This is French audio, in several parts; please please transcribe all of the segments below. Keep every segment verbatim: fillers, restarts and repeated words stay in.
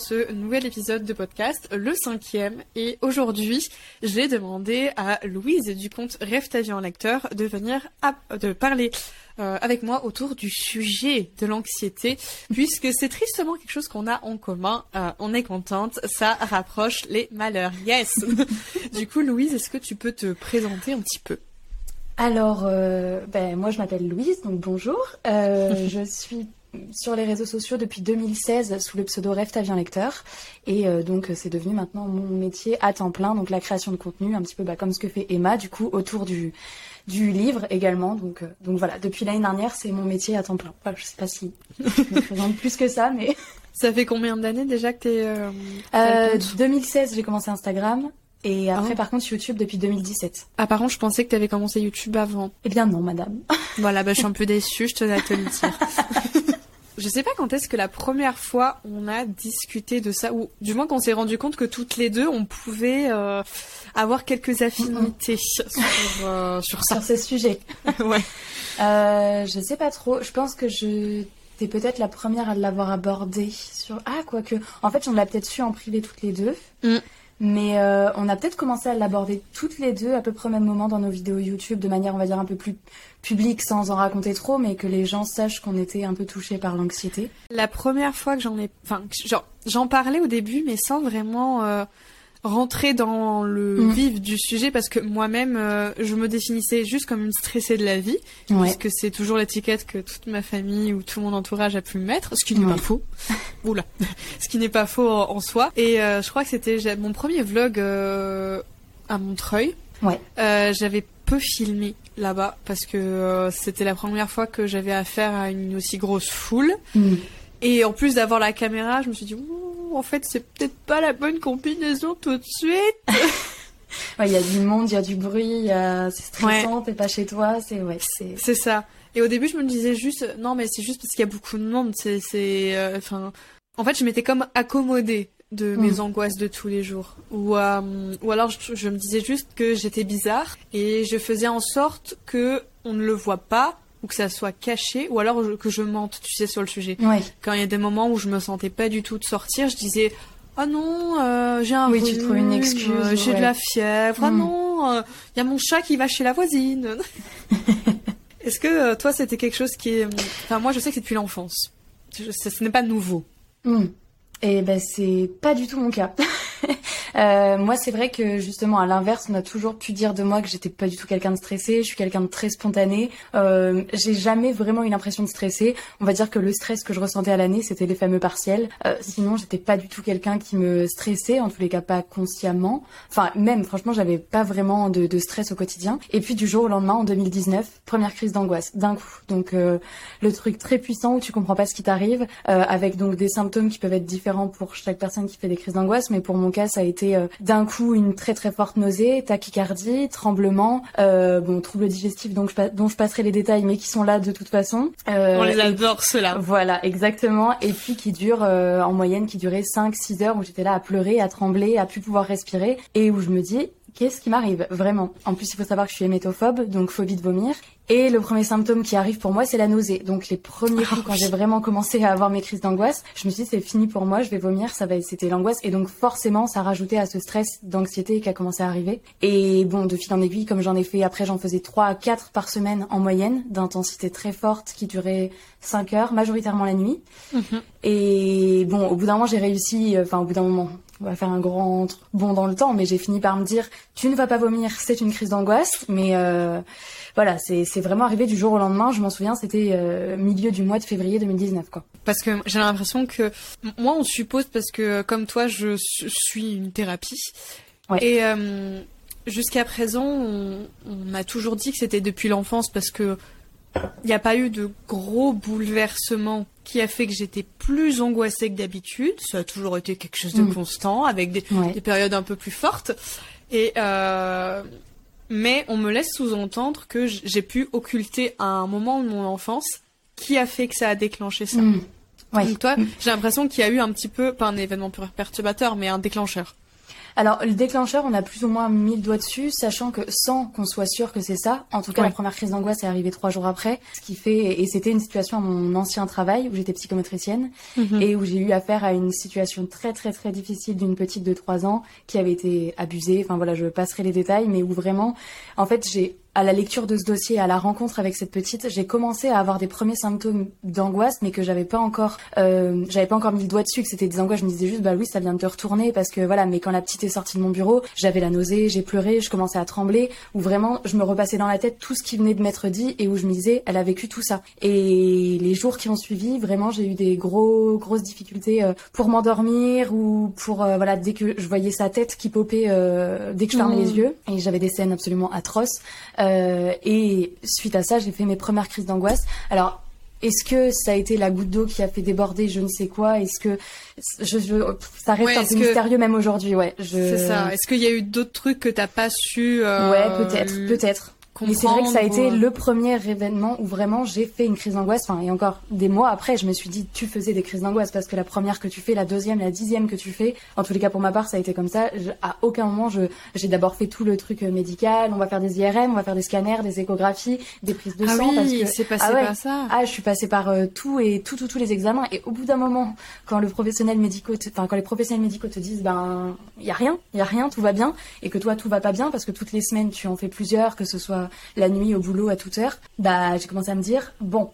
ce nouvel épisode de podcast, le cinquième. Et aujourd'hui, j'ai demandé à Louise du compte Rêve ta vie en lecteur de venir à, de parler euh, avec moi autour du sujet de l'anxiété, puisque c'est tristement quelque chose qu'on a en commun. Euh, on est contente, ça rapproche les malheurs. Yes. Du coup, Louise, est-ce que tu peux te présenter un petit peu? Alors, euh, ben, moi je m'appelle Louise, donc bonjour. Euh, je suis sur les réseaux sociaux depuis deux mille seize sous le pseudo Rêve ta vie en lecteur. Et euh, donc c'est devenu maintenant mon métier à temps plein, donc la création de contenu, un petit peu bah, comme ce que fait Emma, du coup, autour du, du livre également. Donc, euh, donc voilà, depuis l'année dernière, c'est mon métier à temps plein. Enfin, je sais pas si je me présente plus que ça, mais... Ça fait combien d'années déjà que t'es... Euh, euh, deux mille seize, j'ai commencé Instagram. Et après, oh. par contre, YouTube depuis deux mille dix-sept. Ah, par contre, je pensais que t'avais commencé YouTube avant. Eh bien non, madame. Voilà, bah je suis un peu déçue, je tenais à te le dire. Je sais pas quand est-ce que la première fois on a discuté de ça, ou du moins qu'on s'est rendu compte que toutes les deux, on pouvait euh, avoir quelques affinités sur, euh, sur ça. Sur ce sujet. Ouais. Euh, je sais pas trop, je pense que je... T'es peut-être la première à l'avoir abordé sur... Ah, quoique... En fait, on l'a peut-être su en privé toutes les deux. Mm. Mais euh, on a peut-être commencé à l'aborder toutes les deux à peu près au même moment dans nos vidéos YouTube, de manière, on va dire, un peu plus publique, sans en raconter trop, mais que les gens sachent qu'on était un peu touchés par l'anxiété. La première fois que j'en ai... Enfin, genre, j'en parlais au début, mais sans vraiment euh, rentrer dans le mmh. vif du sujet, parce que moi-même, euh, je me définissais juste comme une stressée de la vie, ouais. puisque c'est toujours l'étiquette que toute ma famille ou tout mon entourage a pu me mettre, ce qui n'est ouais. pas faux. Oula, ce qui n'est pas faux en, en soi. Et euh, je crois que c'était mon premier vlog euh, à Montreuil. Ouais. Euh, j'avais peu filmé là-bas parce que euh, c'était la première fois que j'avais affaire à une aussi grosse foule. Mm. Et en plus d'avoir la caméra, je me suis dit, en fait, c'est peut-être pas la bonne combinaison tout de suite. Ouais, il y a du monde, il y a du bruit, y a... c'est stressant, ouais. T'es pas chez toi, c'est ouais, c'est. C'est ça. Et au début, je me disais juste, non, mais c'est juste parce qu'il y a beaucoup de monde. C'est, c'est, enfin, euh, en fait, je m'étais comme accommodée de mes mmh. angoisses de tous les jours. Ou, euh, ou alors, je, je me disais juste que j'étais bizarre et je faisais en sorte que on ne le voit pas ou que ça soit caché, ou alors que je mente, tu sais, sur le sujet. Ouais. Quand il y a des moments où je me sentais pas du tout de sortir, je disais, ah non, euh, j'ai un oui, rhume, tu trouves une excuse, euh, j'ai ouais. de la fièvre. Mm. Ah non, il euh, y a mon chat qui va chez la voisine. Est-ce que euh, toi, c'était quelque chose qui est... Enfin, moi, je sais que c'est depuis l'enfance. Je, ce, ce n'est pas nouveau. Mm. Et ben, c'est pas du tout mon cas. euh, moi, c'est vrai que justement, à l'inverse, on a toujours pu dire de moi que j'étais pas du tout quelqu'un de stressé. Je suis quelqu'un de très spontané. Euh, j'ai jamais vraiment eu l'impression de stresser. On va dire que le stress que je ressentais à l'année, c'était les fameux partiels. Euh, sinon, j'étais pas du tout quelqu'un qui me stressait, en tous les cas pas consciemment. Enfin, même, franchement, j'avais pas vraiment de, de stress au quotidien. Et puis, du jour au lendemain, en deux mille dix-neuf, première crise d'angoisse, d'un coup. Donc, euh, le truc très puissant où tu comprends pas ce qui t'arrive, euh, avec donc des symptômes qui peuvent être différents pour chaque personne qui fait des crises d'angoisse, mais pour mon cas, ça a été euh, d'un coup une très très forte nausée, tachycardie, tremblement, euh, bon, troubles digestifs donc je, dont je passerai les détails, mais qui sont là de toute façon. Euh, On les adore, ceux-là. Voilà, exactement. Et puis qui durent, euh, en moyenne, qui duraient cinq six heures, où j'étais là à pleurer, à trembler, à plus pouvoir respirer, et où je me dis... Qu'est-ce qui m'arrive, vraiment? En plus, il faut savoir que je suis hémétophobe, donc phobie de vomir. Et le premier symptôme qui arrive pour moi, c'est la nausée. Donc les premiers coups, quand j'ai vraiment commencé à avoir mes crises d'angoisse, je me suis dit, c'est fini pour moi, je vais vomir, ça va, c'était l'angoisse. Et donc forcément, ça rajoutait à ce stress d'anxiété qui a commencé à arriver. Et bon, de fil en aiguille, comme j'en ai fait, après j'en faisais trois à quatre par semaine en moyenne, d'intensité très forte, qui durait cinq heures, majoritairement la nuit. Mm-hmm. Et bon, au bout d'un moment, j'ai réussi, enfin au bout d'un moment... On va faire un grand bond dans le temps, mais j'ai fini par me dire tu ne vas pas vomir, c'est une crise d'angoisse. Mais euh, voilà, c'est, c'est vraiment arrivé du jour au lendemain. Je m'en souviens, c'était euh, milieu du mois de février deux mille dix-neuf, quoi. Parce que j'ai l'impression que moi, on suppose, parce que comme toi, je suis une thérapie. Ouais. Et euh, jusqu'à présent, on, on a toujours dit que c'était depuis l'enfance, parce que il n'y a pas eu de gros bouleversements qui a fait que j'étais plus angoissée que d'habitude. Ça a toujours été quelque chose de mmh. constant, avec des, ouais. des périodes un peu plus fortes. Et euh, mais on me laisse sous-entendre que j'ai pu occulter à un moment de mon enfance qui a fait que ça a déclenché ça. Mmh. Ouais. Donc toi, mmh. j'ai l'impression qu'il y a eu un petit peu, pas un événement perturbateur, mais un déclencheur. Alors, le déclencheur, on a plus ou moins mis le doigt dessus, sachant que sans qu'on soit sûr que c'est ça, en tout cas, ouais. La première crise d'angoisse est arrivée trois jours après, ce qui fait, et c'était une situation à mon ancien travail où j'étais psychomotricienne mm-hmm. et où j'ai eu affaire à une situation très très très difficile d'une petite de trois ans qui avait été abusée. Enfin voilà, je passerai les détails, mais où vraiment, en fait, j'ai à la lecture de ce dossier, à la rencontre avec cette petite, j'ai commencé à avoir des premiers symptômes d'angoisse, mais que j'avais pas encore, euh, j'avais pas encore mis le doigt dessus, que c'était des angoisses. Je me disais juste, bah oui, ça vient de te retourner, parce que voilà. Mais quand la petite est sortie de mon bureau, j'avais la nausée, j'ai pleuré, je commençais à trembler, où vraiment, je me repassais dans la tête tout ce qui venait de m'être dit, et où je me disais, elle a vécu tout ça. Et les jours qui ont suivi, vraiment, j'ai eu des gros, grosses difficultés euh, pour m'endormir, ou pour, euh, voilà, dès que je voyais sa tête qui popait, euh, dès que je fermais mmh. les yeux, et j'avais des scènes absolument atroces. Euh, et suite à ça, j'ai fait mes premières crises d'angoisse. Alors, est-ce que ça a été la goutte d'eau qui a fait déborder je ne sais quoi? Est-ce que je, je ça reste ouais, un peu que... mystérieux même aujourd'hui, ouais. Je... C'est ça. Est-ce qu'il y a eu d'autres trucs que t'as pas su euh... Ouais, peut-être, peut-être. Mais c'est vrai que ça a été le premier événement où vraiment j'ai fait une crise d'angoisse. Enfin, et encore des mois après, je me suis dit, tu faisais des crises d'angoisse parce que la première que tu fais, la deuxième, la dixième que tu fais, en tous les cas pour ma part, ça a été comme ça. Je, à aucun moment, je, j'ai d'abord fait tout le truc médical. On va faire des I R M, on va faire des scanners, des échographies, des prises de ah sang. Oui, parce que c'est passé ah ouais, par ça. Ah, je suis passée par euh, tout et tout, tout, tous les examens. Et au bout d'un moment, quand le professionnel médicaux, enfin quand les professionnels médicaux te disent, ben, il y a rien, il y a rien, tout va bien, et que toi tout va pas bien parce que toutes les semaines tu en fais plusieurs, que ce soit la nuit au boulot à toute heure, bah j'ai commencé à me dire bon,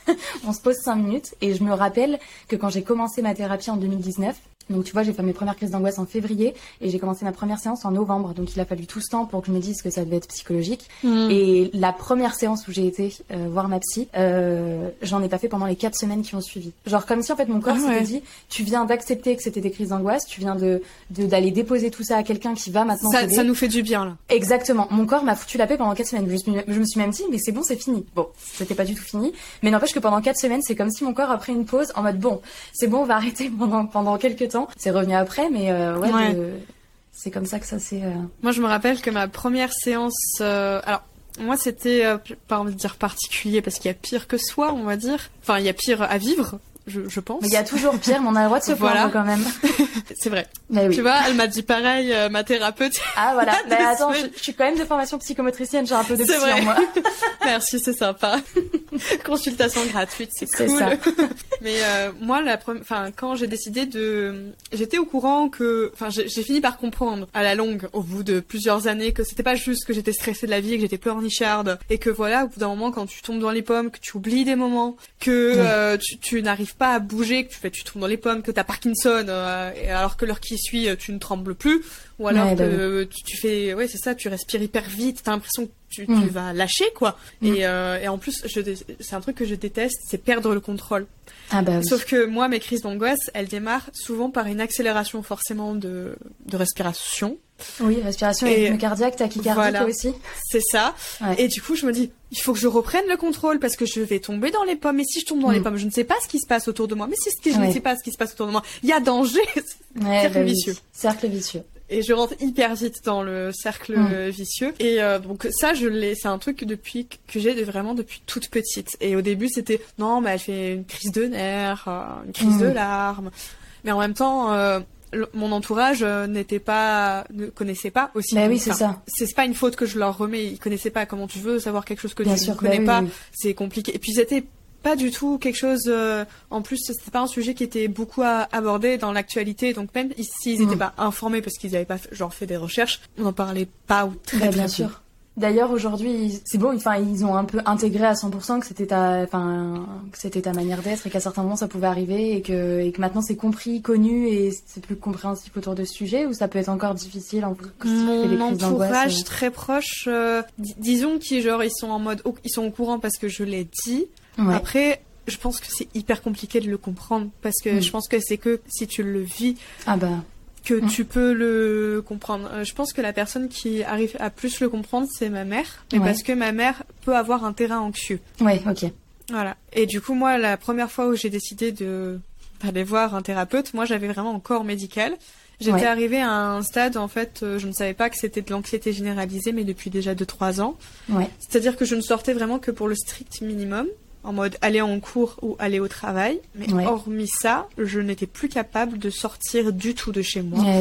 on se pose cinq minutes. Et je me rappelle que quand j'ai commencé ma thérapie en deux mille dix-neuf, donc tu vois, j'ai fait mes premières crises d'angoisse en février et j'ai commencé ma première séance en novembre, donc il a fallu tout ce temps pour que je me dise que ça devait être psychologique. Mmh. Et la première séance où j'ai été euh, voir ma psy, euh, j'en ai pas fait pendant les quatre semaines qui ont suivi. Genre comme si en fait mon corps ah s'était ouais. dit, tu viens d'accepter que c'était des crises d'angoisse, tu viens de, de d'aller déposer tout ça à quelqu'un qui va maintenant ça, t'aider. Ça nous fait du bien là. Exactement. Mon corps m'a foutu la paix pendant quatre semaines. Je me suis, je me suis même dit, mais c'est bon, c'est fini. Bon, c'était pas du tout fini, mais n'empêche que pendant quatre semaines, c'est comme si mon corps a pris une pause en mode bon, c'est bon, on va arrêter pendant pendant quelques temps. C'est revenu après. Mais euh, ouais, ouais. De... c'est comme ça que ça s'est... Euh... Moi, je me rappelle que ma première séance... Euh... Alors, moi, c'était, euh, pas envie de dire particulier, parce qu'il y a pire que soi, on va dire. Enfin, il y a pire à vivre, je, je pense. Mais il y a toujours pire, mais on a le droit de se plaindre voilà. quand même. C'est vrai. Mais oui. Tu vois, elle m'a dit pareil, euh, ma thérapeute. Ah voilà, mais attends, je, je suis quand même de formation psychomotricienne, j'ai un peu de psy en moi. Merci, c'est sympa. Consultation gratuite, c'est, c'est cool. Ça. Mais euh, moi, la première, enfin, quand j'ai décidé de, j'étais au courant que, enfin, j'ai, j'ai fini par comprendre à la longue, au bout de plusieurs années, que c'était pas juste que j'étais stressée de la vie, que j'étais pleurnicharde, et que voilà, au bout d'un moment, quand tu tombes dans les pommes, que tu oublies des moments, que mmh. euh, tu, tu n'arrives pas à bouger, que tu fais, tu tombes dans les pommes, que t'as Parkinson, euh, et alors que l'heure qui suit, tu ne trembles plus, ou alors ouais, que bah, tu, tu fais, ouais, c'est ça, tu respires hyper vite, t'as l'impression que tu, mmh. tu vas lâcher, quoi. Mmh. Et, euh, et en plus, je, c'est un truc que je déteste, c'est perdre le contrôle. Ah bah oui. Sauf que moi, mes crises d'angoisse, elles démarrent souvent par une accélération forcément de, de respiration. Oui, respiration et rythme cardiaque, tachycardie voilà. aussi. C'est ça. Ouais. Et du coup, je me dis, il faut que je reprenne le contrôle parce que je vais tomber dans les pommes. Et si je tombe dans mmh. les pommes, je ne sais pas ce qui se passe autour de moi. Mais si je ouais. ne sais pas ce qui se passe autour de moi, il y a danger. Ouais, cercle bah vicieux. Oui. Cercle vicieux. Et je rentre hyper vite dans le cercle mmh. vicieux. Et euh, donc ça, je l'ai. C'est un truc depuis que j'ai de, vraiment depuis toute petite. Et au début, c'était non, mais elle fait une crise de nerfs, euh, une crise mmh. de larmes. Mais en même temps, euh, le, mon entourage euh, n'était pas, ne connaissait pas aussi. Bah oui, c'est ça. C'est pas une faute que je leur remets. Ils connaissaient pas. Comment tu veux savoir quelque chose que Bien tu sûr, ne connais bah pas oui, oui. C'est compliqué. Et puis c'était pas du tout quelque chose. Euh, en plus, c'était pas un sujet qui était beaucoup à aborder dans l'actualité. Donc même s'ils n'étaient mmh. pas informés parce qu'ils n'avaient pas fait, genre fait des recherches, on n'en parlait pas ou très bah, très bien peu. Sûr. D'ailleurs, aujourd'hui, c'est bon. Enfin, ils ont un peu intégré à cent pour cent que c'était ta, enfin, que c'était ta manière d'être et qu'à certains moments ça pouvait arriver et que, et que maintenant c'est compris, connu et c'est plus compréhensif autour de ce sujet. Ou ça peut être encore difficile en si Mon tu fais des crises d'angoisse. Mon entourage très proche, euh, d- disons qu'ils genre ils sont en mode, ils sont au courant parce que je l'ai dit. Ouais. Après, je pense que c'est hyper compliqué de le comprendre parce que mmh. je pense que c'est que si tu le vis ah bah. que mmh. tu peux le comprendre. Euh, je pense que la personne qui arrive à plus le comprendre, c'est ma mère. Mais ouais. parce que ma mère peut avoir un terrain anxieux. Ouais, ok. Voilà. Et du coup, moi, la première fois où j'ai décidé de d'aller voir un thérapeute, moi, j'avais vraiment un corps médical. J'étais ouais. arrivée à un stade, en fait, euh, je ne savais pas que c'était de l'anxiété généralisée, mais depuis déjà deux trois ans. Ouais. C'est-à-dire que je ne sortais vraiment que pour le strict minimum. En mode aller en cours ou aller au travail. Mais ouais. hormis ça, je n'étais plus capable de sortir du tout de chez moi. Ouais, ouais.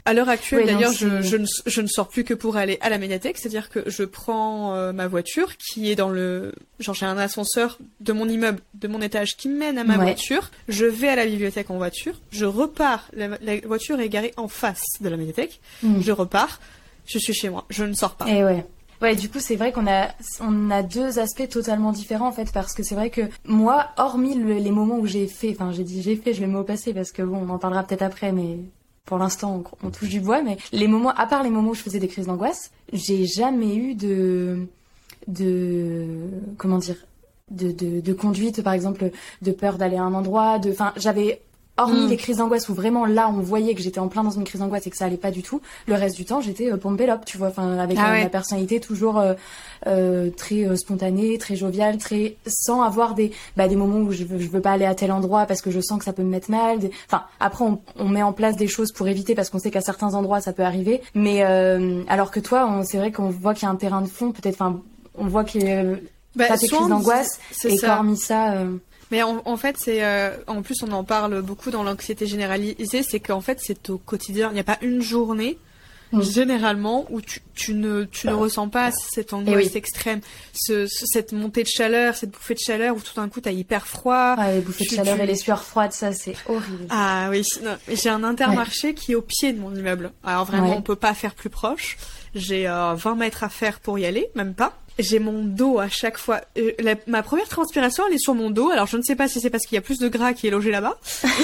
À l'heure actuelle, ouais, d'ailleurs, donc, je, je, ne, je ne sors plus que pour aller à la médiathèque, c'est-à-dire que je prends euh, ma voiture qui est dans le... Genre, j'ai un ascenseur de mon immeuble, de mon étage, qui mène à ma ouais. voiture. Je vais à la bibliothèque en voiture. Je repars. La, la voiture est garée en face de la médiathèque. Mm. Je repars. Je suis chez moi. Je ne sors pas. Et ouais. Ouais, du coup, c'est vrai qu'on a, on a deux aspects totalement différents, en fait, parce que c'est vrai que moi, hormis le, les moments où j'ai fait, enfin, j'ai dit j'ai fait, je le mets au passé, parce que bon, on en parlera peut-être après, mais... Pour l'instant, on, on touche du bois, mais les moments, à part les moments où je faisais des crises d'angoisse, j'ai jamais eu de, de, comment dire, de, de, de conduite, par exemple, de peur d'aller à un endroit, de, enfin, j'avais, hormis mmh. les crises d'angoisse où vraiment là, on voyait que j'étais en plein dans une crise d'angoisse et que ça allait pas du tout, le reste du temps, j'étais euh, pompélope, tu vois, enfin, avec ah euh, ouais. ma personnalité toujours euh, euh, très euh, spontanée, très joviale, très, sans avoir des, bah, des moments où je veux, je veux pas aller à tel endroit parce que je sens que ça peut me mettre mal. Des... Enfin, après, on, on met en place des choses pour éviter parce qu'on sait qu'à certains endroits, ça peut arriver. Mais euh, alors que toi, on, c'est vrai qu'on voit qu'il y a un terrain de fond, peut-être, enfin, on voit que euh, bah, t'as tes crises d'angoisse et qu'hormis ça... Euh... Mais en, en fait, c'est euh, en plus on en parle beaucoup dans l'anxiété généralisée, c'est qu'en fait c'est au quotidien. Il n'y a pas une journée mmh. généralement où tu, tu ne tu ne ressens pas cette angoisse oui. extrême, ce, ce, cette montée de chaleur, cette bouffée de chaleur où tout d'un coup t'as hyper froid. Ah, les bouffées tu, de chaleur tu... et les sueurs froides, ça c'est horrible. Ah oui, non, j'ai un Intermarché ouais. qui est au pied de mon immeuble. Alors vraiment, ouais. on peut pas faire plus proche. J'ai euh, vingt mètres à faire pour y aller, même pas. J'ai mon dos à chaque fois. Euh, la, ma première transpiration, elle est sur mon dos. Alors, je ne sais pas si c'est parce qu'il y a plus de gras qui est logé là-bas.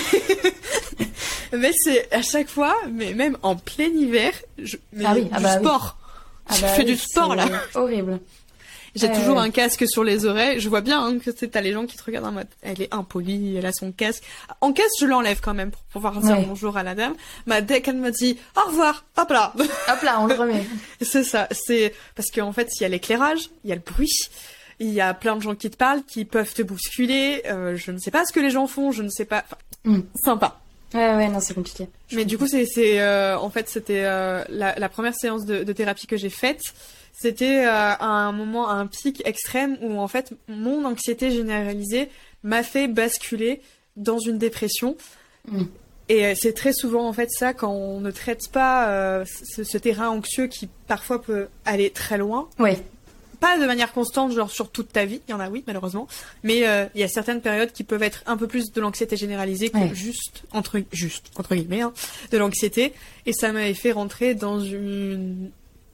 Mais c'est à chaque fois, mais même en plein hiver, je, mais ah oui, du ah bah sport. Oui. Je ah bah fais oui, du sport, là. Horrible. J'ai euh... toujours un casque sur les oreilles. Je vois bien hein, que t'as les gens qui te regardent en mode elle est impolie, elle a son casque. En casque, je l'enlève quand même pour pouvoir dire ouais. bonjour à la dame. Mais dès qu'elle me dit au revoir, hop là. Hop là, on le remet. C'est ça. C'est parce qu'en fait, il y a l'éclairage, il y a le bruit. Il y a plein de gens qui te parlent, qui peuvent te bousculer. Euh, je ne sais pas ce que les gens font, je ne sais pas. Enfin, mm. Sympa. Ouais, ouais, non, c'est compliqué. Je Mais comprends. Du coup, c'est, c'est, euh, en fait, c'était euh, la, la première séance de, de thérapie que j'ai faite. C'était euh, à un moment, à un pic extrême où en fait, mon anxiété généralisée m'a fait basculer dans une dépression. Mm. Et euh, c'est très souvent en fait ça quand on ne traite pas euh, ce, ce terrain anxieux qui parfois peut aller très loin. Ouais. Pas de manière constante, genre sur toute ta vie, il y en a oui malheureusement, mais euh, il y a certaines périodes qui peuvent être un peu plus de l'anxiété généralisée que ouais. juste entre juste entre guillemets hein, de l'anxiété, et ça m'avait fait rentrer dans une,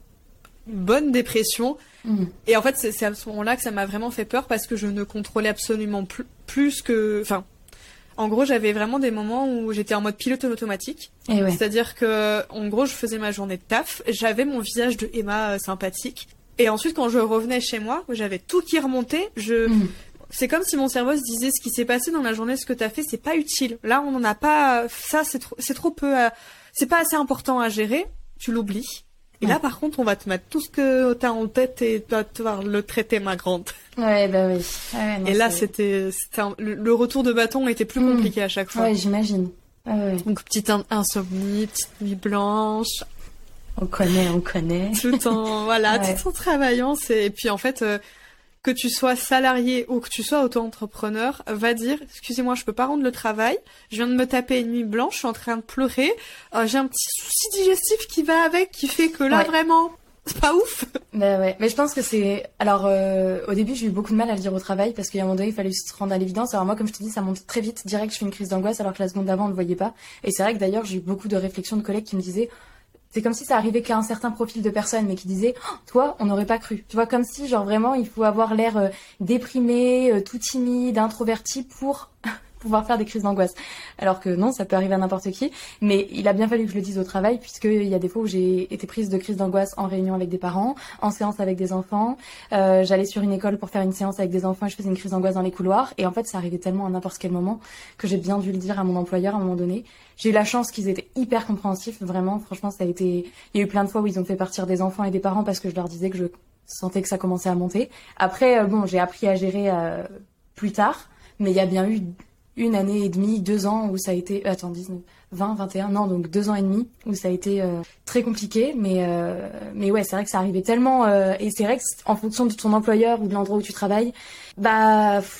une bonne dépression. Mmh. Et en fait c'est, c'est à ce moment-là que ça m'a vraiment fait peur parce que je ne contrôlais absolument plus, plus que, enfin, en gros j'avais vraiment des moments où j'étais en mode pilote automatique, et ouais. c'est-à-dire que en gros je faisais ma journée de taf, j'avais mon visage de Emma euh, sympathique. Et ensuite, quand je revenais chez moi, j'avais tout qui remontait. Je, mmh. c'est comme si mon cerveau se disait ce qui s'est passé dans la journée, ce que t'as fait, c'est pas utile. Là, on n'en a pas. Ça, c'est trop, c'est trop peu. À... C'est pas assez important à gérer. Tu l'oublies. Et ouais. là, par contre, on va te mettre tout ce que t'as en tête et tu vas devoir le traiter, ma grande. Ouais, bah oui. Ouais, non, et là, c'est... c'était, c'était un... le retour de bâton était plus mmh. compliqué à chaque fois. Ouais, j'imagine. Ouais, ouais. Donc petite in- insomnie, petite nuit blanche. On connaît, on connaît. Tout en, voilà, ouais. tout en travaillant. C'est... Et puis, en fait, euh, que tu sois salarié ou que tu sois auto-entrepreneur, va dire, excusez-moi, je peux pas rendre le travail. Je viens de me taper une nuit blanche, je suis en train de pleurer. Euh, j'ai un petit souci digestif qui va avec, qui fait que là, ouais. vraiment, c'est pas ouf. Bah ouais. Mais je pense que c'est, alors, euh, au début, j'ai eu beaucoup de mal à le dire au travail parce qu'à un moment donné, il fallait se rendre à l'évidence. Alors moi, comme je te dis, ça monte très vite. Direct, je fais une crise d'angoisse alors que la seconde d'avant, on le voyait pas. Et c'est vrai que d'ailleurs, j'ai eu beaucoup de réflexions de collègues qui me disaient, c'est comme si ça arrivait qu'à un certain profil de personne, mais qui disait oh, « Toi, on n'aurait pas cru. » Tu vois, comme si, genre, vraiment, il faut avoir l'air euh, déprimé, euh, tout timide, introverti pour pouvoir faire des crises d'angoisse. Alors que non, ça peut arriver à n'importe qui. Mais il a bien fallu que je le dise au travail, puisqu'il y a des fois où j'ai été prise de crise d'angoisse en réunion avec des parents, en séance avec des enfants. Euh, j'allais sur une école pour faire une séance avec des enfants et je faisais une crise d'angoisse dans les couloirs. Et en fait, ça arrivait tellement à n'importe quel moment que j'ai bien dû le dire à mon employeur à un moment donné. J'ai eu la chance qu'ils étaient hyper compréhensifs, vraiment. Franchement, ça a été... Il y a eu plein de fois où ils ont fait partir des enfants et des parents parce que je leur disais que je sentais que ça commençait à monter. Après, euh, bon, j'ai appris à gérer euh, plus tard, mais il y a bien eu une année et demie, deux ans où ça a été... Euh, attends, dix-neuf, vingt, vingt et un, non, donc deux ans et demi où ça a été euh, très compliqué. Mais, euh, mais ouais, c'est vrai que ça arrivait tellement... Euh, et c'est vrai que en fonction de ton employeur ou de l'endroit où tu travailles, bah...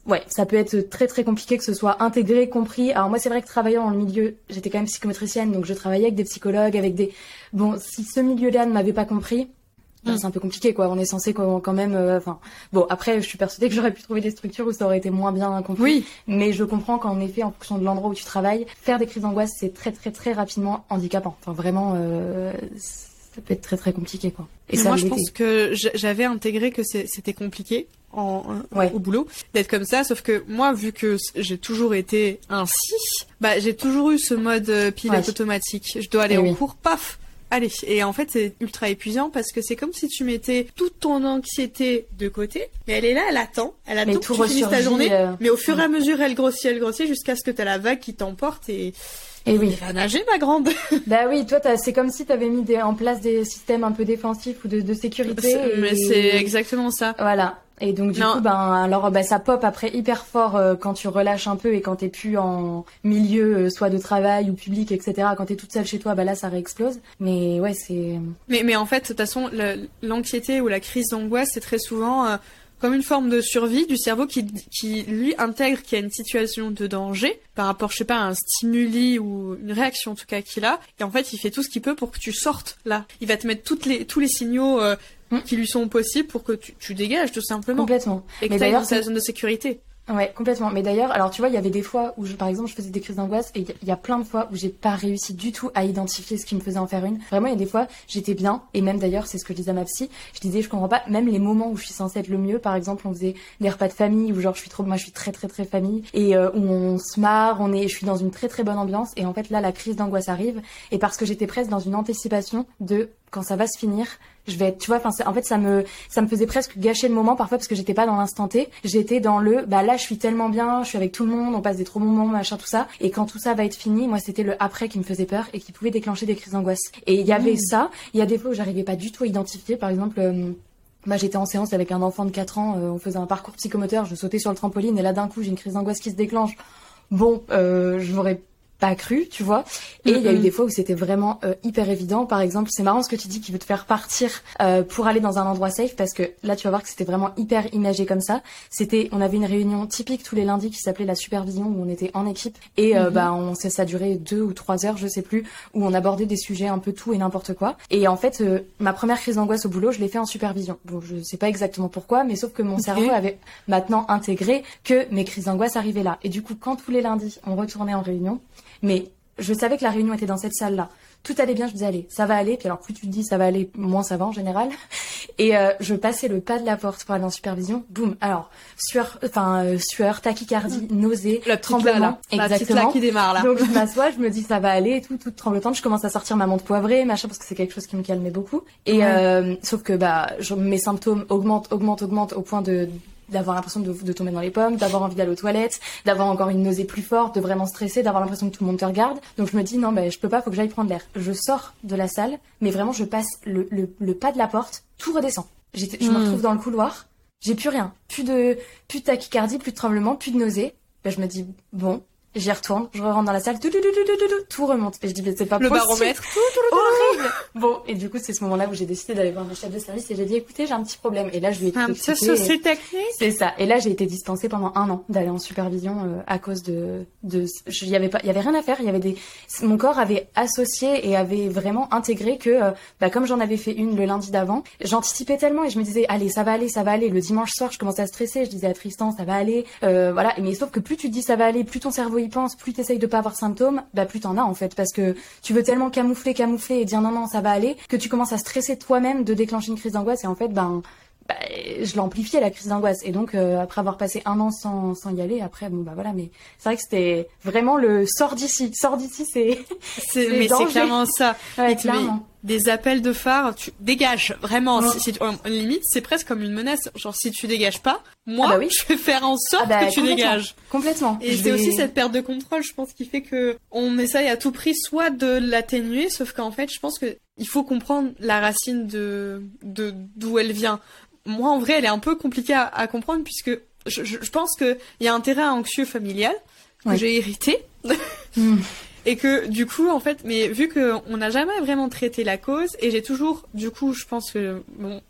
ouais, ça peut être très très compliqué que ce soit intégré, compris. Alors moi, c'est vrai que travaillant dans le milieu, j'étais quand même psychomotricienne, donc je travaillais avec des psychologues, avec des... Bon, si ce milieu-là ne m'avait pas compris, ben, mm. c'est un peu compliqué, quoi. On est censé quand même... Enfin, euh, bon, après, je suis persuadée que j'aurais pu trouver des structures où ça aurait été moins bien compris. Oui. Mais je comprends qu'en effet, en fonction de l'endroit où tu travailles, faire des crises d'angoisse, c'est très très très rapidement handicapant. Enfin, vraiment... Euh, ça peut être très très compliqué, quoi. Et moi, je pense que j'avais intégré que c'était compliqué en, ouais. au boulot d'être comme ça, sauf que moi, vu que j'ai toujours été ainsi, bah j'ai toujours eu ce mode pilote ouais. automatique. Je dois aller et en oui. cours, paf, allez. Et en fait, c'est ultra épuisant parce que c'est comme si tu mettais toute ton anxiété de côté, mais elle est là, elle attend, elle attend mais que tu finisses ta journée, euh... mais au fur et à mesure, elle grossit, elle grossit, jusqu'à ce que t'as la vague qui t'emporte et... Et oui. Tu vas nager, ma grande. Bah oui, toi, c'est comme si t'avais mis des, en place des systèmes un peu défensifs ou de, de sécurité. Et... Mais c'est exactement ça. Voilà. Et donc du non. coup, ben alors ben ça pop après hyper fort euh, quand tu relâches un peu et quand t'es plus en milieu euh, soit de travail ou public, et cetera. Quand t'es toute seule chez toi, ben là ça réexplose. Mais ouais, c'est. Mais mais en fait, de toute façon, l'anxiété ou la crise d'angoisse, c'est très souvent euh, comme une forme de survie du cerveau qui, qui lui intègre qu'il y a une situation de danger par rapport, je sais pas, à un stimuli ou une réaction en tout cas qu'il a, et en fait il fait tout ce qu'il peut pour que tu sortes là. Il va te mettre toutes les, tous les signaux euh, mmh. qui lui sont possibles pour que tu, tu dégages tout simplement. Complètement. Et que tu ailles dans ta zone de sécurité. Ouais, complètement. Mais d'ailleurs, alors tu vois, il y avait des fois où, je, par exemple, je faisais des crises d'angoisse et il y a plein de fois où j'ai pas réussi du tout à identifier ce qui me faisait en faire une. Vraiment, il y a des fois, j'étais bien. Et même d'ailleurs, c'est ce que je disais à ma psy. Je disais, je comprends pas, même les moments où je suis censée être le mieux. Par exemple, on faisait des repas de famille où genre, je suis trop, moi, je suis très, très, très famille. Et euh, où on se marre, on est, je suis dans une très, très bonne ambiance. Et en fait, là, la crise d'angoisse arrive. Et parce que j'étais presque dans une anticipation de quand ça va se finir, je vais être, tu vois, enfin, en fait, ça me, ça me faisait presque gâcher le moment parfois parce que j'étais pas dans l'instant T. J'étais dans le, bah là, je suis tellement bien, je suis avec tout le monde, on passe des trop bons moments, machin, tout ça. Et quand tout ça va être fini, moi, c'était le après qui me faisait peur et qui pouvait déclencher des crises d'angoisse. Et il y avait mmh. ça. Il y a des fois où j'arrivais pas du tout à identifier. Par exemple, euh, bah, j'étais en séance avec un enfant de quatre ans, euh, on faisait un parcours psychomoteur, je sautais sur le trampoline et là, d'un coup, j'ai une crise d'angoisse qui se déclenche. Bon, euh, je m'aurais pas cru, tu vois. Et il mm-hmm. y a eu des fois où c'était vraiment euh, hyper évident. Par exemple, c'est marrant ce que tu dis qui veut te faire partir euh, pour aller dans un endroit safe parce que là, tu vas voir que c'était vraiment hyper imagé comme ça. C'était, on avait une réunion typique tous les lundis qui s'appelait la supervision où on était en équipe et euh, mm-hmm. bah on ça, ça durait deux ou trois heures, je sais plus, où on abordait des sujets un peu tout et n'importe quoi. Et en fait, euh, ma première crise d'angoisse au boulot, je l'ai fait en supervision. Bon, je sais pas exactement pourquoi, mais sauf que mon okay. cerveau avait maintenant intégré que mes crises d'angoisse arrivaient là. Et du coup, quand tous les lundis, on retournait en réunion, mais je savais que la réunion était dans cette salle-là. Tout allait bien, je disais allez, ça va aller. Puis alors plus tu te dis ça va aller, moins ça va en général. Et euh, je passais le pas de la porte pour aller en supervision. Boum. Alors sueur, enfin euh, sueur, tachycardie, nausée, le tremblement. Là, exactement. La petite là qui démarre là. Donc je m'assois, je me dis ça va aller et tout, toute tremblotante. Je commence à sortir ma menthe poivrée, machin, parce que c'est quelque chose qui me calmait beaucoup. Et ouais. euh, sauf que bah je, mes symptômes augmentent, augmentent, augmentent au point de d'avoir l'impression de, de tomber dans les pommes, d'avoir envie d'aller aux toilettes, d'avoir encore une nausée plus forte, de vraiment stresser, d'avoir l'impression que tout le monde te regarde. Donc je me dis non, ben je peux pas, faut que j'aille prendre l'air. Je sors de la salle, mais vraiment je passe le, le, le pas de la porte, tout redescend. J'étais, je mmh. me retrouve dans le couloir, j'ai plus rien, plus de, plus de tachycardie, plus de tremblement, plus de nausée. Ben je me dis bon, j'y retourne, je rentre dans la salle, tout, tout, tout, tout, tout, tout, tout remonte. Et je dis mais c'est pas le possible. Le baromètre, tout, tout, tout, horrible. Bon, et du coup c'est ce moment-là où j'ai décidé d'aller voir mon chef de service et j'ai dit écoutez j'ai un petit problème. Et là je lui ai tout un expliqué. petit souci technique. C'est ça. Et là j'ai été dispensée pendant un an d'aller en supervision euh, à cause de, de, il y avait pas, il y avait rien à faire. Il y avait des, mon corps avait associé et avait vraiment intégré que, euh, bah comme j'en avais fait une le lundi d'avant, j'anticipais tellement et je me disais allez ça va aller, ça va aller. Le dimanche soir je commençais à stresser, je disais à Tristan ça va aller, euh, voilà. Mais sauf que plus tu te dis ça va aller, plus ton cerveau y pense, plus t'essayes de pas avoir de symptômes, bah plus t'en as en fait parce que tu veux tellement camoufler, camoufler et dire non non ça va aller que tu commences à stresser toi-même de déclencher une crise d'angoisse et en fait ben bah, je l'amplifiais la crise d'angoisse et donc euh, après avoir passé un an sans sans y aller après bon bah voilà mais c'est vrai que c'était vraiment le sort d'ici sort d'ici c'est c'est, c'est mais danger. C'est clairement ça ouais, clairement. Des appels de phare, tu dégages vraiment. Ouais. Si, si tu, en limite, c'est presque comme une menace. Genre si tu dégages pas, moi, ah bah oui. je vais faire en sorte ah bah, que tu dégages. Complètement. Et je c'est vais... aussi cette perte de contrôle, je pense, qui fait que on essaye à tout prix soit de l'atténuer, sauf qu'en fait, je pense que il faut comprendre la racine de de d'où elle vient. Moi, en vrai, elle est un peu compliquée à, à comprendre puisque je, je, je pense que il y a un terrain anxieux familial que ouais. j'ai hérité. mm. Et que du coup en fait mais vu que on n'a jamais vraiment traité la cause et j'ai toujours du coup je pense que bon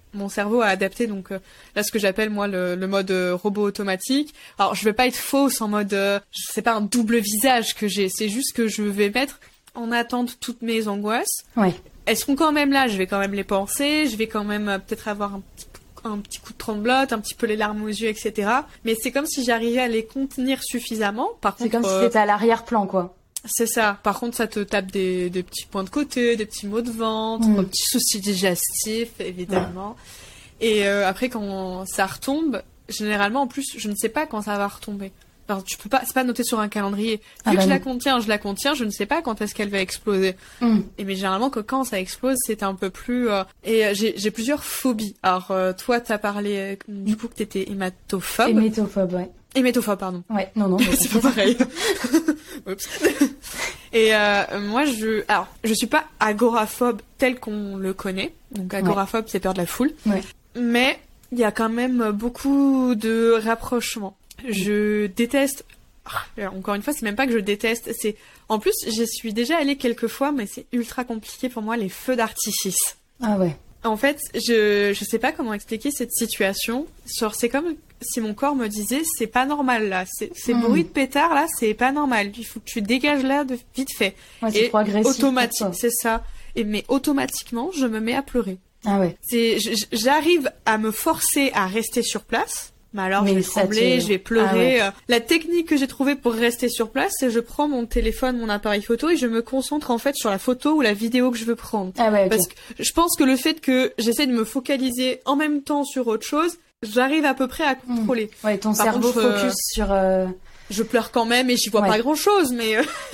mon cerveau a adapté donc euh, là ce que j'appelle moi le, le mode euh, robot automatique. Alors je vais pas être fausse en mode euh, c'est pas un double visage que j'ai, c'est juste que je vais mettre en attente toutes mes angoisses. Ouais. Elles seront quand même là, je vais quand même les penser, je vais quand même euh, peut-être avoir un petit un petit coup de tremblote, un petit peu les larmes aux yeux, et cetera. Mais c'est comme si j'arrivais à les contenir suffisamment. Par c'est contre, comme euh, si c'était à l'arrière-plan, quoi. C'est ça. Par contre, ça te tape des, des petits points de côté, des petits maux de ventre, mmh. un petit souci digestif, évidemment. Ouais. Et euh, après, quand ça retombe, généralement, en plus, je ne sais pas quand ça va retomber. Alors, tu peux pas, c'est pas noté sur un calendrier. Vu ah que bah je non. la contiens, je la contiens, je ne sais pas quand est-ce qu'elle va exploser. Mm. Et mais généralement, que quand ça explose, c'est un peu plus. Euh... Et euh, j'ai, j'ai plusieurs phobies. Alors, euh, toi, t'as parlé euh, du coup que t'étais hématophobe. Hémétophobe, ouais. Hémétophobe, pardon. Ouais, non, non. c'est pas pareil. Oups. Et euh, moi, je, alors, je suis pas agoraphobe tel qu'on le connaît. Donc, agoraphobe, ouais. c'est peur de la foule. Ouais. Mais il y a quand même beaucoup de rapprochements. Je déteste. Encore une fois, c'est même pas que je déteste. C'est en plus, j'y suis déjà allée quelques fois, mais c'est ultra compliqué pour moi les feux d'artifice. Ah ouais. En fait, je je sais pas comment expliquer cette situation. Genre, c'est comme si mon corps me disait, c'est pas normal là. C'est, ces mmh. bruits de pétard là, c'est pas normal. Il faut que tu dégages là de vite fait. Ouais, c'est et trop agressif. Automatique, c'est ça. Et mais automatiquement, je me mets à pleurer. Ah ouais. C'est, j'arrive à me forcer à rester sur place. Mais alors, mais je vais trembler, te... je vais pleurer. Ah ouais. La technique que j'ai trouvée pour rester sur place, c'est que je prends mon téléphone, mon appareil photo et je me concentre en fait sur la photo ou la vidéo que je veux prendre. Ah ouais, okay. Parce que je pense que le fait que j'essaie de me focaliser en même temps sur autre chose, j'arrive à peu près à contrôler. Mmh. Ouais, ton Par cerveau contre, focus euh... sur... Euh... Je pleure quand même et j'y vois ouais. pas grand-chose, mais...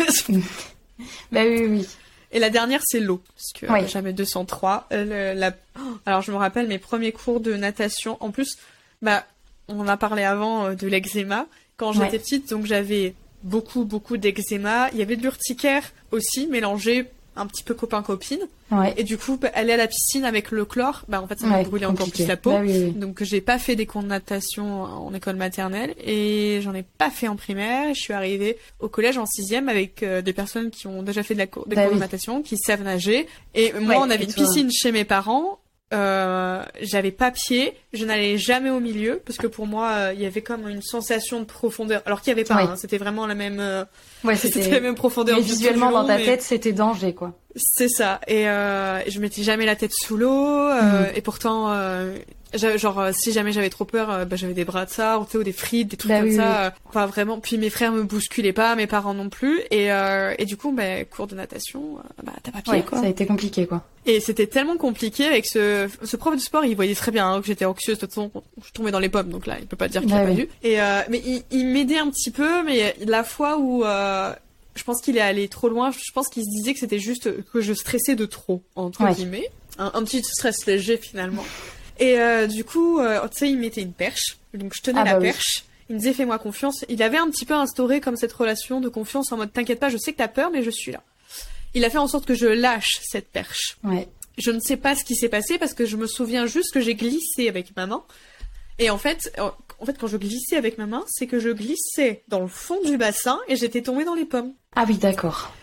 bah oui, oui. Et la dernière, c'est l'eau. Parce que ouais. euh, j'avais deux cent trois. Euh, la... Alors, je me rappelle mes premiers cours de natation. En plus, bah... on en a parlé avant euh, de l'eczéma. Quand j'étais ouais. petite, donc j'avais beaucoup, beaucoup d'eczéma. Il y avait de l'urticaire aussi, mélangé un petit peu copain-copine. Ouais. Et du coup, bah, aller à la piscine avec le chlore, bah, en fait, ça m'a ouais, brûlé compliqué. encore plus la peau. Bah, oui, oui. Donc, j'ai pas fait des cours de natation en école maternelle et j'en ai pas fait en primaire. Je suis arrivée au collège en sixième avec euh, des personnes qui ont déjà fait de la cour, des bah, cours oui. de natation, qui savent nager. Et moi, ouais, on avait une toi... piscine chez mes parents. Euh, j'avais pas pied, je n'allais jamais au milieu parce que pour moi il euh, y avait comme une sensation de profondeur alors qu'il y avait pas, ouais. hein, c'était vraiment la même euh, ouais, c'était... c'était la même profondeur. Mais visuellement long, dans ta mais... tête c'était danger quoi. C'est ça et euh, je mettais jamais la tête sous l'eau euh, mmh. et pourtant euh, genre euh, si jamais j'avais trop peur euh, bah, j'avais des brassards ou, ou des frites des trucs bah, comme oui, ça oui. Euh, pas vraiment, puis mes frères me bousculaient pas, mes parents non plus et euh, et du coup bah cours de natation euh, bah t'as pas pied ouais, quoi. Ça a été compliqué quoi. Et c'était tellement compliqué avec ce ce prof de sport, il voyait très bien hein, que j'étais anxieuse de toute façon, je tombais dans les pommes donc là il peut pas dire qu'il bah, a oui. pas vu et euh, mais il, il m'aidait un petit peu mais la fois où euh, je pense qu'il est allé trop loin, je pense qu'il se disait que c'était juste que je stressais de trop entre ouais. guillemets, un, un petit stress léger finalement. Et euh, du coup, euh, tu sais, il mettait une perche, donc je tenais ah, la bah perche. Oui. Il me disait fais-moi confiance. Il avait un petit peu instauré comme cette relation de confiance en mode t'inquiète pas, je sais que t'as peur, mais je suis là. Il a fait en sorte que je lâche cette perche. Ouais. Je ne sais pas ce qui s'est passé parce que je me souviens juste que j'ai glissé avec ma main. Et en fait, en fait, quand je glissais avec ma main, c'est que je glissais dans le fond du bassin et j'étais tombée dans les pommes. Ah oui, d'accord.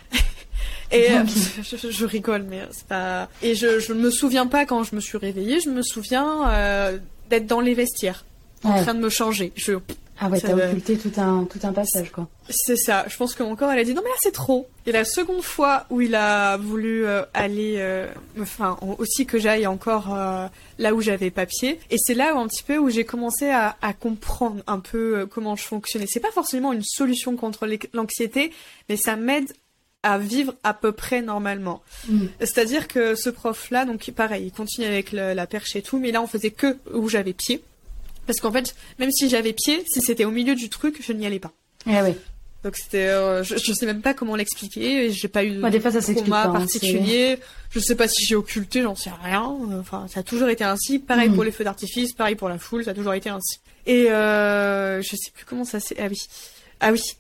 Et euh, je, je rigole, mais c'est pas. Et je je me souviens pas quand je me suis réveillée. Je me souviens euh, d'être dans les vestiaires, en ouais. train de me changer. Je. Ah ouais, t'as occulté tout un tout un passage quoi. C'est ça. Je pense que mon corps, elle a dit non mais là c'est trop. Et la seconde fois où il a voulu euh, aller, euh, enfin aussi que j'aille encore euh, là où j'avais pas pied. Et c'est là où un petit peu où j'ai commencé à, à comprendre un peu euh, comment je fonctionnais. C'est pas forcément une solution contre l'anxiété, mais ça m'aide à vivre à peu près normalement. Mmh. C'est-à-dire que ce prof-là, donc pareil, il continue avec le, la perche et tout, mais là on faisait que où j'avais pied. Parce qu'en fait, même si j'avais pied, si c'était au milieu du truc, je n'y allais pas. Ah oui. Donc c'était, euh, je, je sais même pas comment l'expliquer, j'ai pas eu de ouais, des fois, ça trauma pas, particulier, hein, je sais pas si j'ai occulté, j'en sais rien, enfin ça a toujours été ainsi, pareil mmh. pour les feux d'artifice, pareil pour la foule, ça a toujours été ainsi. Et euh, je sais plus comment ça s'est, ah oui, ah oui.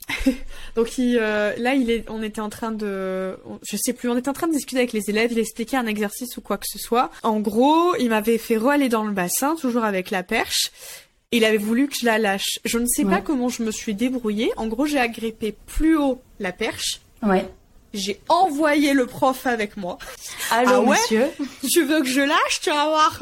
Donc il, euh, là, il est, on était en train de, je sais plus, on était en train de discuter avec les élèves, il expliquait un exercice ou quoi que ce soit. En gros, il m'avait fait re-aller dans le bassin, toujours avec la perche. Et il avait voulu que je la lâche. Je ne sais ouais. pas comment je me suis débrouillée. En gros, j'ai agrippé plus haut la perche. Ouais. J'ai envoyé le prof avec moi. Allô, ah ouais monsieur. Tu veux que je lâche, tu vas voir.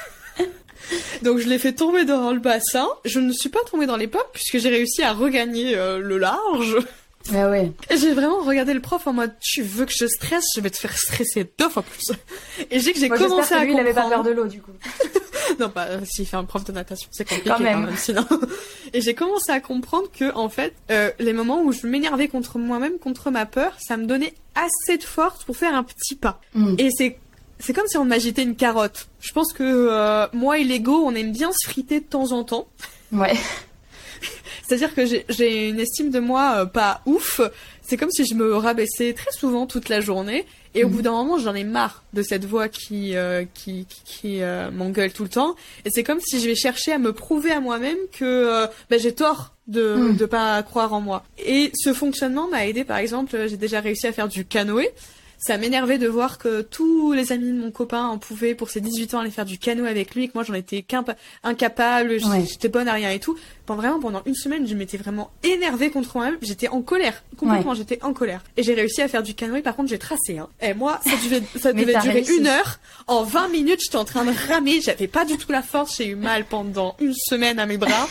Donc je l'ai fait tomber dans le bassin. Je ne suis pas tombée dans les pommes puisque j'ai réussi à regagner euh, le large. Ah ouais. Et j'ai vraiment regardé le prof en mode tu veux que je stresse, je vais te faire stresser deux fois plus. Et j'ai que j'ai Moi, commencé que à lui, comprendre. il avait pas peur de l'eau du coup. Non, bah s'il fait un prof de natation, c'est compliqué Quand même. quand même sinon. Et j'ai commencé à comprendre que en fait, euh, les moments où je m'énervais contre moi-même, contre ma peur, ça me donnait assez de force pour faire un petit pas. Mm. Et c'est c'est comme si on m'agitait une carotte. Je pense que euh, moi et l'ego, on aime bien se friter de temps en temps. Ouais. C'est-à-dire que j'ai, j'ai une estime de moi euh, pas ouf. C'est comme si je me rabaissais très souvent toute la journée. Et au mmh. bout d'un moment, j'en ai marre de cette voix qui euh, qui qui, qui euh, m'engueule tout le temps. Et c'est comme si je vais chercher à me prouver à moi-même que euh, bah, j'ai tort de mmh. de pas croire en moi. Et ce fonctionnement m'a aidé. Par exemple, j'ai déjà réussi à faire du canoë. Ça m'énervait de voir que tous les amis de mon copain en pouvaient pour ses dix-huit ans aller faire du canoë avec lui et que moi j'en étais incapable, ouais. J'étais bonne à rien et tout. Pendant vraiment pendant une semaine, je m'étais vraiment énervée contre moi-même, j'étais en colère, complètement, ouais. J'étais en colère. Et j'ai réussi à faire du canoë, par contre j'ai tracé hein. Et moi, ça devait ça devait durer réussi. une heure. En vingt minutes, j'étais en train de ramer, j'avais pas du tout la force, j'ai eu mal pendant une semaine à mes bras.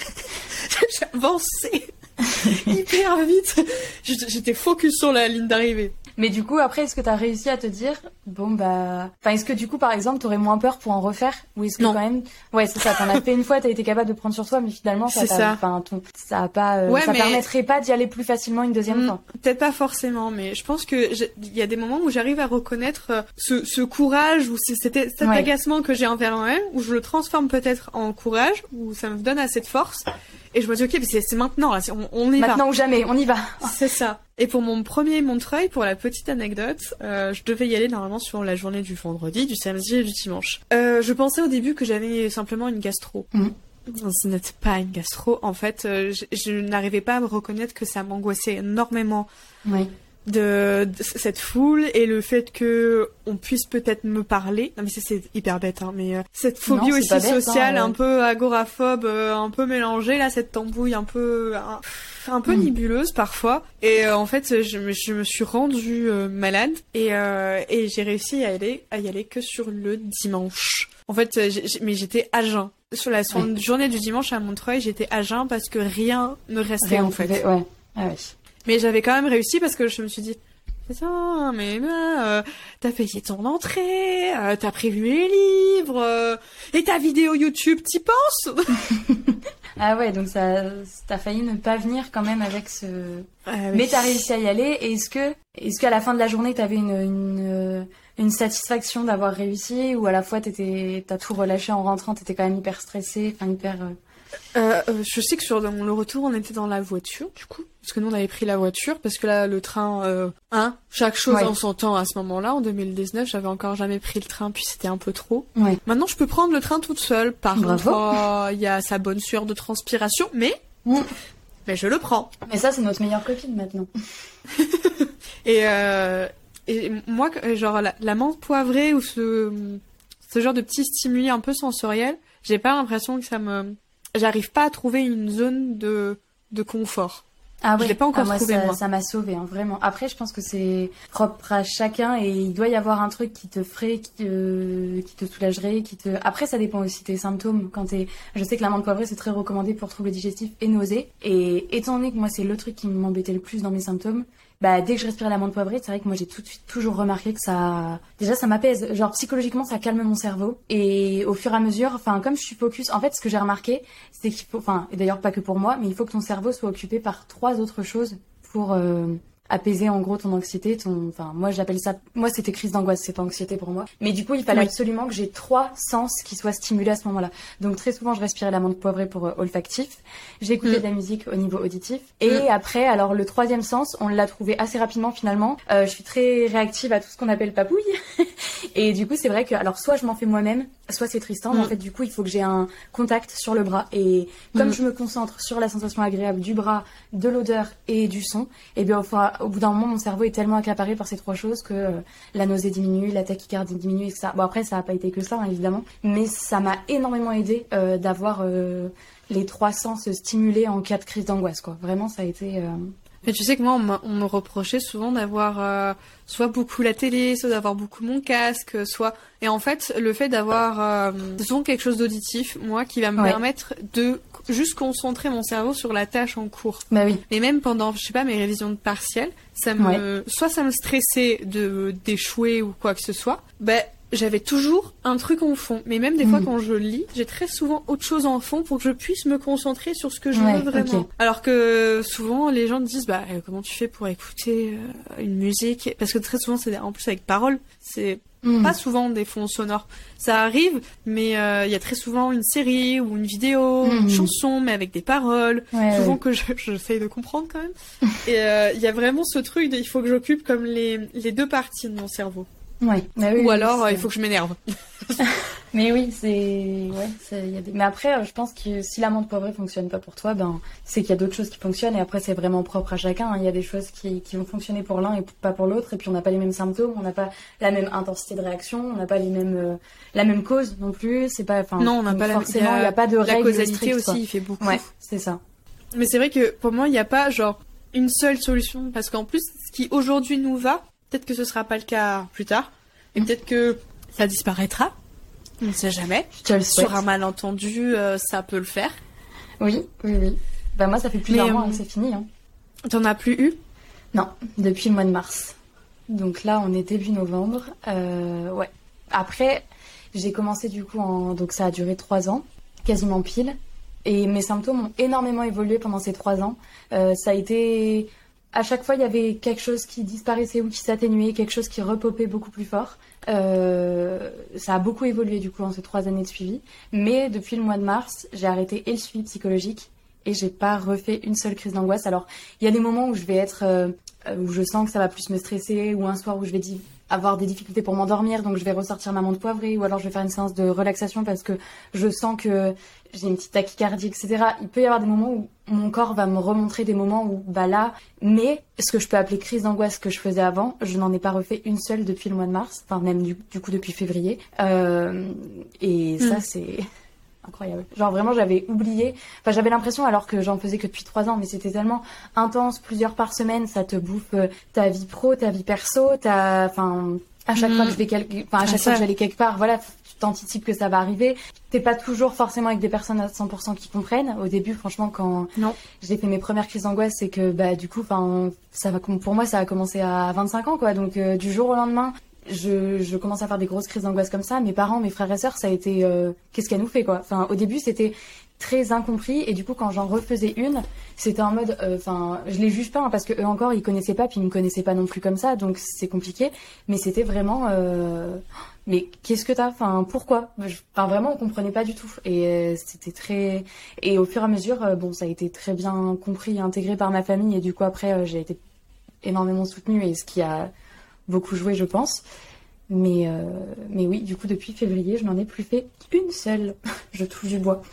J'ai avancé hyper vite. J'étais focus sur la ligne d'arrivée. Mais du coup, après, est-ce que t'as réussi à te dire, bon bah, enfin, est-ce que du coup, par exemple, t'aurais moins peur pour en refaire, ou est-ce que non. quand même, ouais, c'est ça, t'en as fait une fois, t'as été capable de prendre sur toi, mais finalement, ça, c'est ça. Enfin, ton... ça a pas, euh, ouais, ça mais... permettrait pas d'y aller plus facilement une deuxième mmh, fois. Peut-être pas forcément, mais je pense que il y a des moments où j'arrive à reconnaître euh, ce, ce courage ou c'était cet ouais. agacement que j'ai envers moi-même, où je le transforme peut-être en courage, où ça me donne assez de force. Et je me dis, ok, mais c'est, c'est maintenant, là, on, on y maintenant va. Maintenant ou jamais, on y va. C'est ça. Et pour mon premier Montreuil, pour la petite anecdote, euh, je devais y aller normalement sur la journée du vendredi, du samedi et du dimanche. Euh, je pensais au début que j'avais simplement une gastro. Mmh. Ce n'était pas une gastro. En fait, euh, je, je n'arrivais pas à me reconnaître que ça m'angoissait énormément. Oui. De, de cette foule et le fait que on puisse peut-être me parler. Non mais ça c'est hyper bête hein, mais euh, cette phobie non, aussi bête, sociale, hein, ouais. un peu agoraphobe, euh, un peu mélangée là, cette tambouille un peu un, un peu mmh. nébuleuse parfois. Et euh, en fait, je me je me suis rendue euh, malade et euh, et j'ai réussi à aller à y aller que sur le dimanche. En fait, j'ai, j'ai, mais j'étais à jeun. Sur la ouais. journée du dimanche à Montreuil, j'étais à jeun parce que rien ne restait rien en fait. Pouvait, ouais. Ah, oui. Mais j'avais quand même réussi parce que je me suis dit, putain, mais euh, t'as payé ton entrée, euh, t'as prévu les livres, euh, et ta vidéo YouTube, t'y penses? Ah ouais, donc ça, t'as failli ne pas venir quand même avec ce... Ah oui. Mais t'as réussi à y aller, et est-ce que, est-ce qu'à la fin de la journée, t'avais une, une, une satisfaction d'avoir réussi, ou à la fois t'étais, t'as tout relâché en rentrant, t'étais quand même hyper stressée, enfin hyper... Euh... Euh, euh, je sais que sur le retour, on était dans la voiture, du coup. Parce que nous, on avait pris la voiture, parce que là, le train, euh, hein, chaque chose ouais. en son temps à ce moment-là. En deux mille dix-neuf, j'avais encore jamais pris le train, puis c'était un peu trop. Ouais. Maintenant, je peux prendre le train toute seule. Par contre, il euh, y a sa bonne sueur de transpiration, mais, mmh. mais je le prends. Mais ça, c'est notre meilleure copine, maintenant. et, euh, et moi, genre, la, la menthe poivrée ou ce, ce genre de petits stimuli un peu sensoriels, j'ai pas l'impression que ça me... J'arrive pas à trouver une zone de, de confort. Ah ouais. Je l'ai pas encore ah, moi, trouvé, ça, moi. Ça m'a sauvée, hein, vraiment. Après, je pense que c'est propre à chacun et il doit y avoir un truc qui te ferait, qui te, qui te soulagerait, qui te... Après, ça dépend aussi tes symptômes. Quand t'es... Je sais que la menthe poivrée, c'est très recommandé pour troubles digestifs et nausées. Et étant donné que moi, c'est le truc qui m'embêtait le plus dans mes symptômes, bah, dès que je respirais la menthe poivrée, c'est vrai que moi, j'ai tout de suite toujours remarqué que ça, déjà, ça m'apaise. Genre, psychologiquement, ça calme mon cerveau. Et au fur et à mesure, enfin, comme je suis focus, en fait, ce que j'ai remarqué, c'est qu'il faut, enfin, et d'ailleurs, pas que pour moi, mais il faut que ton cerveau soit occupé par trois autres choses pour, euh, apaiser en gros ton anxiété, ton, enfin moi j'appelle ça, moi c'était crise d'angoisse, c'est pas anxiété pour moi. Mais du coup il fallait oui. absolument que j'ai trois sens qui soient stimulés à ce moment-là. Donc très souvent je respirais la menthe poivrée pour euh, olfactif, j'écoutais mm. de la musique au niveau auditif et mm. après alors le troisième sens on l'a trouvé assez rapidement finalement. Euh, je suis très réactive à tout ce qu'on appelle papouille et du coup c'est vrai que alors soit je m'en fais moi-même, soit c'est Tristan, mm. mais en fait du coup il faut que j'ai un contact sur le bras et comme mm. je me concentre sur la sensation agréable du bras, de l'odeur et du son, et bien au fur au bout d'un moment, mon cerveau est tellement accaparé par ces trois choses que euh, la nausée diminue, la tachycardie diminue, et cetera. Bon, après, ça n'a pas été que ça, hein, évidemment. Mais ça m'a énormément aidé euh, d'avoir euh, les trois sens stimulés en cas de crise d'angoisse, quoi. Vraiment, ça a été... Euh... Mais tu sais que moi, on, m'a- on me reprochait souvent d'avoir euh, soit beaucoup la télé, soit d'avoir beaucoup mon casque, soit... Et en fait, le fait d'avoir euh, souvent quelque chose d'auditif, moi, qui va me Ouais. permettre de juste concentrer mon cerveau sur la tâche en cours. Bah oui. Et même pendant, je sais pas, mes révisions de partiel, ça me... soit ça me stressait de d'échouer ou quoi que ce soit, ben... j'avais toujours un truc en fond. Mais même des fois, Mhm. quand je lis, j'ai très souvent autre chose en fond pour que je puisse me concentrer sur ce que je Ouais, veux vraiment. ok. Alors que souvent, les gens te disent, bah, euh, comment tu fais pour écouter euh, une musique? Parce que très souvent, c'est en plus avec parole. C'est Mhm. pas souvent des fonds sonores. Ça arrive, mais euh, il y a très souvent une série ou une vidéo, Mhm. une chanson, mais avec des paroles. Ouais, souvent ouais. que je, j'essaye de comprendre quand même. Et euh, il y a vraiment ce truc de, il faut que j'occupe comme les, les deux parties de mon cerveau. Ouais. Bah oui, Ou oui, alors, euh, c'est- il faut que je m'énerve. Mais oui, c'est ouais, c'est- il y a des... Mais après, euh, je pense que si la menthe poivrée fonctionne pas pour toi, ben c'est qu'il y a d'autres choses qui fonctionnent et après c'est vraiment propre à chacun, hein. Il y a des choses qui, qui vont fonctionner pour l'un et pas pour l'autre et puis on n'a pas les mêmes symptômes, on n'a pas la même intensité de réaction, on n'a pas les mêmes euh, la même cause non plus, c'est pas enfin Non, on n'a donc pas la- forcément, il il y y a- a pas de La règles causalité strictes, aussi, quoi. il fait beaucoup. Ouais, c'est ça. Mais c'est vrai que pour moi, il n'y a pas genre une seule solution. Parce qu'en plus, ce qui aujourd'hui nous va, peut-être que ce sera pas le cas plus tard. Et Mm. peut-être que ça disparaîtra. On ne sait jamais. Je te le souhaite. Sur un malentendu, euh, ça peut le faire. Oui, oui, oui. Bah moi ça fait plusieurs Mais, mois euh, que c'est fini, hein. T'en as plus eu? Non, depuis le mois de mars. Donc là, on est début novembre. Euh, ouais. Après, j'ai commencé du coup en... Donc ça a duré trois ans, quasiment pile. Et mes symptômes ont énormément évolué pendant ces trois ans. Euh, ça a été... À chaque fois, il y avait quelque chose qui disparaissait ou qui s'atténuait, quelque chose qui repopait beaucoup plus fort. Euh, ça a beaucoup évolué du coup en ces trois années de suivi. Mais depuis le mois de mars, j'ai arrêté et le suivi psychologique et j'ai pas refait une seule crise d'angoisse. Alors, il y a des moments où je vais être, euh, où je sens que ça va plus me stresser, ou un soir où je vais di- avoir des difficultés pour m'endormir, donc je vais ressortir ma menthe poivrée, ou alors je vais faire une séance de relaxation parce que je sens que j'ai une petite tachycardie, et cetera. Il peut y avoir des moments où mon corps va me remontrer des moments où, bah là, mais ce que je peux appeler crise d'angoisse que je faisais avant, je n'en ai pas refait une seule depuis le mois de mars, enfin même du, du coup depuis février. Euh, et ça, Mm. c'est incroyable. Genre vraiment, j'avais oublié. Enfin, j'avais l'impression, alors que j'en faisais que depuis trois ans, mais c'était tellement intense, plusieurs par semaine, ça te bouffe euh, ta vie pro, ta vie perso, ta, enfin, à chaque Mm. fois que je vais quelque, enfin, à Ah, chaque ça. fois que j'allais quelque part, voilà, tu t'anticipes que ça va arriver. T'es pas toujours forcément avec des personnes à cent pour cent qui comprennent. Au début, franchement, quand Non. j'ai fait mes premières crises d'angoisse, c'est que, bah, du coup, enfin, ça va, pour moi, ça a commencé à vingt-cinq ans, quoi. Donc, euh, du jour au lendemain, je, je commence à faire des grosses crises d'angoisse comme ça. Mes parents, mes frères et sœurs, ça a été, euh, qu'est-ce qu'elle nous fait, quoi. Enfin, au début, c'était très incompris et du coup quand j'en refaisais une c'était en mode enfin euh, je les juge pas hein, parce que eux encore ils connaissaient pas puis ils me connaissaient pas non plus comme ça donc c'est compliqué mais c'était vraiment euh... mais qu'est-ce que t'as enfin pourquoi enfin vraiment on comprenait pas du tout et euh, c'était très et au fur et à mesure euh, bon ça a été très bien compris et intégré par ma famille et du coup après euh, j'ai été énormément soutenue et ce qui a beaucoup joué je pense. Mais, euh, mais oui, du coup, depuis février, je n'en ai plus fait une seule. Je touche du bois.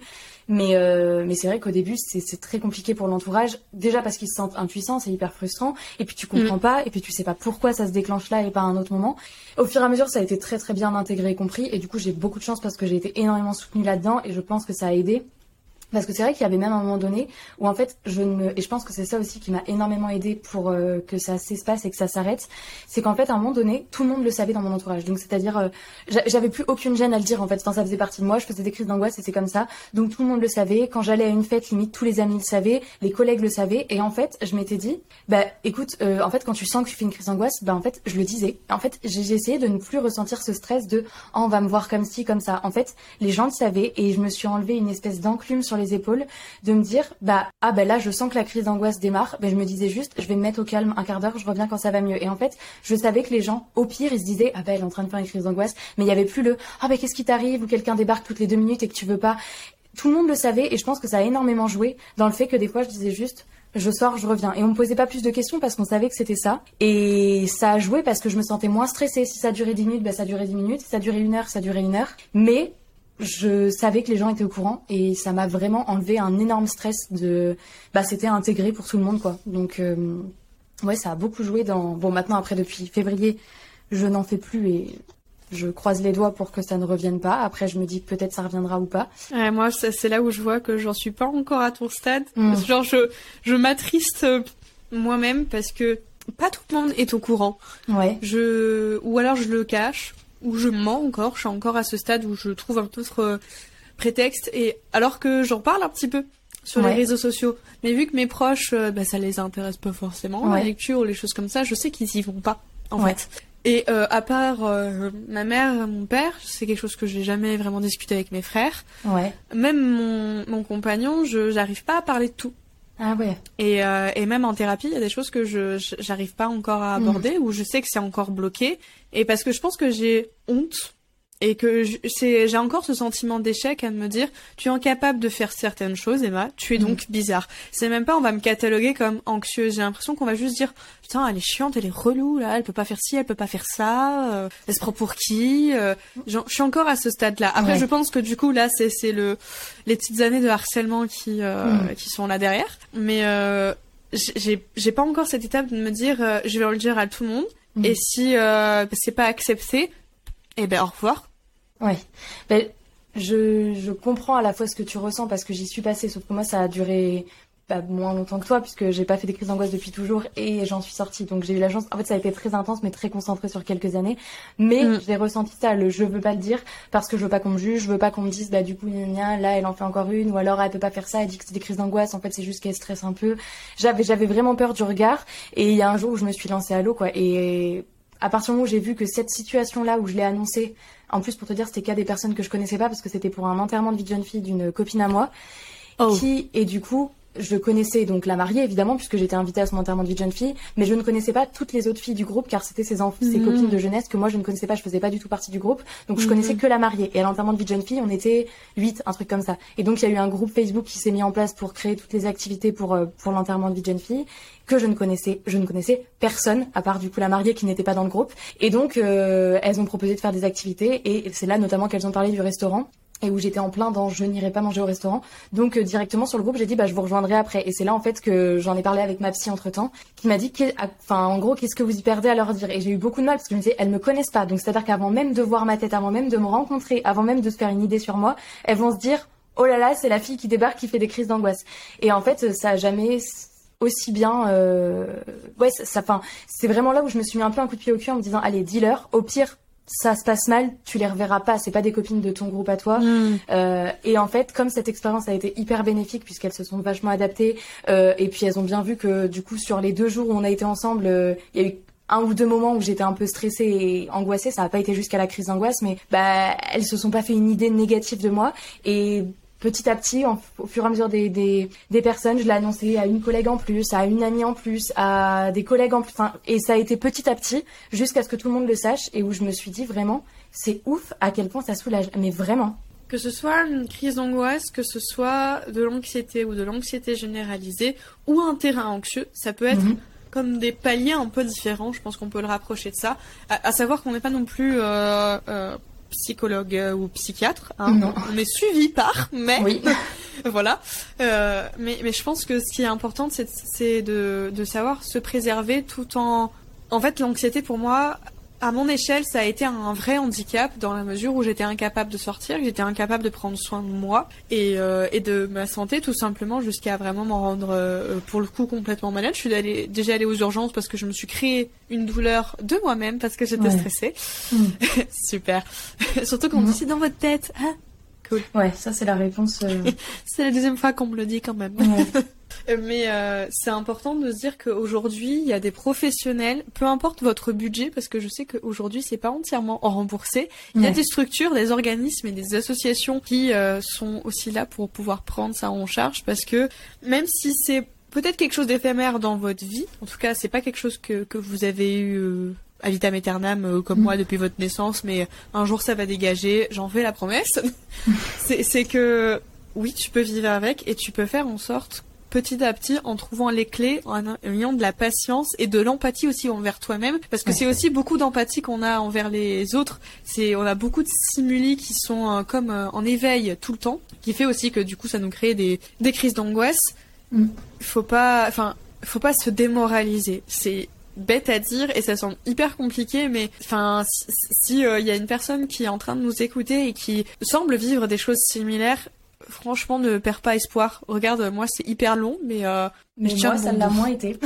mais euh, mais c'est vrai qu'au début, c'est, c'est très compliqué pour l'entourage. Déjà parce qu'ils se sentent impuissants, c'est hyper frustrant. Et puis tu comprends mmh. pas, et puis tu sais pas pourquoi ça se déclenche là et pas à un autre moment. Au fur et à mesure, ça a été très très bien intégré et compris. Et du coup, j'ai beaucoup de chance parce que j'ai été énormément soutenue là-dedans et je pense que ça a aidé. Parce que c'est vrai qu'il y avait même un moment donné où en fait je ne me... et je pense que c'est ça aussi qui m'a énormément aidé pour euh, que ça s'espace et que ça s'arrête, c'est qu'en fait à un moment donné tout le monde le savait dans mon entourage, donc c'est-à-dire euh, j'avais plus aucune gêne à le dire en fait, enfin, ça faisait partie de moi, je faisais des crises d'angoisse et c'est comme ça, donc tout le monde le savait, quand j'allais à une fête limite tous les amis le savaient, les collègues le savaient et en fait je m'étais dit bah écoute euh, en fait quand tu sens que tu fais une crise d'angoisse bah en fait je le disais, en fait j'ai, j'ai essayé de ne plus ressentir ce stress de oh, on va me voir comme ci comme ça, en fait les gens le savaient et je me suis enlevé une espèce d'enclume sur les épaules de me dire bah ah bah là je sens que la crise d'angoisse démarre, bah, je me disais juste je vais me mettre au calme un quart d'heure, je reviens quand ça va mieux et en fait je savais que les gens au pire ils se disaient ah bah elle est en train de faire une crise d'angoisse mais il y avait plus le ah bah qu'est-ce qui t'arrive ou quelqu'un débarque toutes les deux minutes et que tu veux pas, tout le monde le savait et je pense que ça a énormément joué dans le fait que des fois je disais juste je sors, je reviens. Et on me posait pas plus de questions parce qu'on savait que c'était ça. Et ça a joué parce que je me sentais moins stressée. Si ça durait dix minutes, bah ça durait dix minutes. Si ça durait une heure, ça durait une heure. Mais je savais que les gens étaient au courant et ça m'a vraiment enlevé un énorme stress de bah c'était intégré pour tout le monde quoi. Donc euh, ouais, ça a beaucoup joué dans bon maintenant après depuis février, je n'en fais plus et je croise les doigts pour que ça ne revienne pas. Après je me dis que peut-être ça reviendra ou pas. Ouais, moi c'est là où je vois que j'en suis pas encore à ton stade. Mmh. Genre je je m'attriste moi-même parce que pas tout le monde est au courant. Ouais. Je ou alors je le cache ou je mens encore. Je suis encore à ce stade où je trouve un autre euh, prétexte et alors que j'en parle un petit peu sur ouais. les réseaux sociaux. Mais vu que mes proches, euh, bah, ça les intéresse pas forcément ouais. la lecture ou les choses comme ça, je sais qu'ils y vont pas en ouais. fait. Et euh, à part euh, ma mère, mon père, c'est quelque chose que j'ai jamais vraiment discuté avec mes frères. Ouais. Même mon mon compagnon, je j'arrive pas à parler de tout. Ah ouais. Et, euh, et même en thérapie, il y a des choses que je j'arrive pas encore à aborder, mmh. ou je sais que c'est encore bloqué. Et parce que je pense que j'ai honte et que je, c'est j'ai encore ce sentiment d'échec à me dire tu es incapable de faire certaines choses, Emma, tu es donc mmh. bizarre. C'est même pas on va me cataloguer comme anxieuse. J'ai l'impression qu'on va juste dire putain elle est chiante, elle est relou là, elle peut pas faire ci, elle peut pas faire ça, euh, elle se prend pour qui euh, Je suis encore à ce stade-là. Après ouais. je pense que du coup là c'est c'est le les petites années de harcèlement qui euh, mmh. qui sont là derrière. Mais euh, j'ai j'ai pas encore cette étape de me dire euh, je vais le dire à tout le monde mmh. et si euh, c'est pas accepté, eh ben au revoir. Ouais. Ben je je comprends à la fois ce que tu ressens parce que j'y suis passée, sauf que moi ça a duré bah, moins longtemps que toi puisque j'ai pas fait des crises d'angoisse depuis toujours et j'en suis sortie. Donc j'ai eu la chance. En fait, ça a été très intense mais très concentré sur quelques années. Mais mmh. j'ai ressenti ça, le je veux pas le dire parce que je veux pas qu'on me juge, je veux pas qu'on me dise bah du coup gna gna, là elle en fait encore une ou alors elle peut pas faire ça, elle dit que c'est des crises d'angoisse, en fait c'est juste qu'elle stresse un peu. J'avais j'avais vraiment peur du regard et il y a un jour où je me suis lancée à l'eau quoi et à partir du moment où j'ai vu que cette situation-là où je l'ai annoncée, en plus pour te dire c'était qu'à des personnes que je connaissais pas parce que c'était pour un enterrement de vie de jeune fille d'une copine à moi, oh. qui et du coup je connaissais donc la mariée évidemment puisque j'étais invitée à son enterrement de vie de jeune fille, mais je ne connaissais pas toutes les autres filles du groupe car c'était ses, enf- mmh. ses copines de jeunesse que moi je ne connaissais pas, je faisais pas du tout partie du groupe, donc je mmh. connaissais que la mariée. Et à l'enterrement de vie de jeune fille on était huit, un truc comme ça. Et donc il y a eu un groupe Facebook qui s'est mis en place pour créer toutes les activités pour euh, pour l'enterrement de vie de jeune fille que je ne connaissais, je ne connaissais personne à part du coup la mariée qui n'était pas dans le groupe. Et donc euh, elles ont proposé de faire des activités et c'est là notamment qu'elles ont parlé du restaurant. Et où j'étais en plein dans je n'irai pas manger au restaurant. Donc euh, directement sur le groupe, j'ai dit bah je vous rejoindrai après. Et c'est là en fait que j'en ai parlé avec ma psy entre-temps, qui m'a dit enfin en gros qu'est-ce que vous y perdez à leur dire. Et j'ai eu beaucoup de mal parce que je me disais elles me connaissent pas. Donc c'est-à-dire qu'avant même de voir ma tête, avant même de me rencontrer, avant même de se faire une idée sur moi, elles vont se dire oh là là, c'est la fille qui débarque qui fait des crises d'angoisse. Et en fait, ça a jamais aussi bien euh... ouais ça enfin c'est vraiment là où je me suis mis un peu un coup de pied au cul en me disant allez dis-leur, au pire ça se passe mal, tu les reverras pas, c'est pas des copines de ton groupe à toi. Mmh. Euh, et en fait, comme cette expérience a été hyper bénéfique puisqu'elles se sont vachement adaptées, euh, et puis elles ont bien vu que du coup sur les deux jours où on a été ensemble, il euh, y a eu un ou deux moments où j'étais un peu stressée et angoissée, ça a pas été jusqu'à la crise d'angoisse, mais bah elles se sont pas fait une idée négative de moi et petit à petit, en, au fur et à mesure des, des, des personnes, je l'ai annoncé à une collègue en plus, à une amie en plus, à des collègues en plus. Enfin, et ça a été petit à petit, jusqu'à ce que tout le monde le sache, et où je me suis dit vraiment, c'est ouf à quel point ça soulage. Mais vraiment. Que ce soit une crise d'angoisse, que ce soit de l'anxiété ou de l'anxiété généralisée, ou un terrain anxieux, ça peut être... Mm-hmm. Comme des paliers un peu différents, je pense qu'on peut le rapprocher de ça. À, à savoir qu'on n'est pas non plus... Euh, euh, psychologue euh, ou psychiatre, hein. Non. On est suivi par, mais oui. voilà. Euh, mais mais je pense que ce qui est important, c'est c'est de de savoir se préserver tout en en fait l'anxiété pour moi. À mon échelle, ça a été un vrai handicap dans la mesure où j'étais incapable de sortir, j'étais incapable de prendre soin de moi et, euh, et de ma santé tout simplement jusqu'à vraiment m'en rendre euh, pour le coup complètement malade. Je suis allée, déjà allée aux urgences parce que je me suis créé une douleur de moi-même parce que j'étais ouais. stressée. Mmh. Super. Surtout quand mmh. on dit c'est dans votre tête. Hein cool. Ouais, ça c'est la réponse. Euh... c'est la deuxième fois qu'on me le dit quand même. Ouais. Mais euh, c'est important de se dire qu'aujourd'hui, il y a des professionnels, peu importe votre budget, parce que je sais qu'aujourd'hui, c'est pas entièrement remboursé. Il y a ouais. des structures, des organismes et des associations qui euh, sont aussi là pour pouvoir prendre ça en charge, parce que même si c'est peut-être quelque chose d'éphémère dans votre vie, en tout cas, c'est pas quelque chose que, que vous avez eu... Euh, à vitam aeternam euh, comme mmh. moi depuis votre naissance, mais un jour ça va dégager, j'en fais la promesse. c'est, c'est que oui, tu peux vivre avec et tu peux faire en sorte petit à petit en trouvant les clés, en ayant de la patience et de l'empathie aussi envers toi-même, parce que ouais. c'est aussi beaucoup d'empathie qu'on a envers les autres. C'est, on a beaucoup de stimuli qui sont euh, comme euh, en éveil tout le temps, qui fait aussi que du coup ça nous crée des, des crises d'angoisse. Mmh. Faut pas, enfin, faut pas se démoraliser. C'est bête à dire et ça semble hyper compliqué, mais enfin si il si, euh, y a une personne qui est en train de nous écouter et qui semble vivre des choses similaires, franchement, ne perds pas espoir. Regarde, moi, c'est hyper long, mais euh, mais je moi, ça l'a moins été.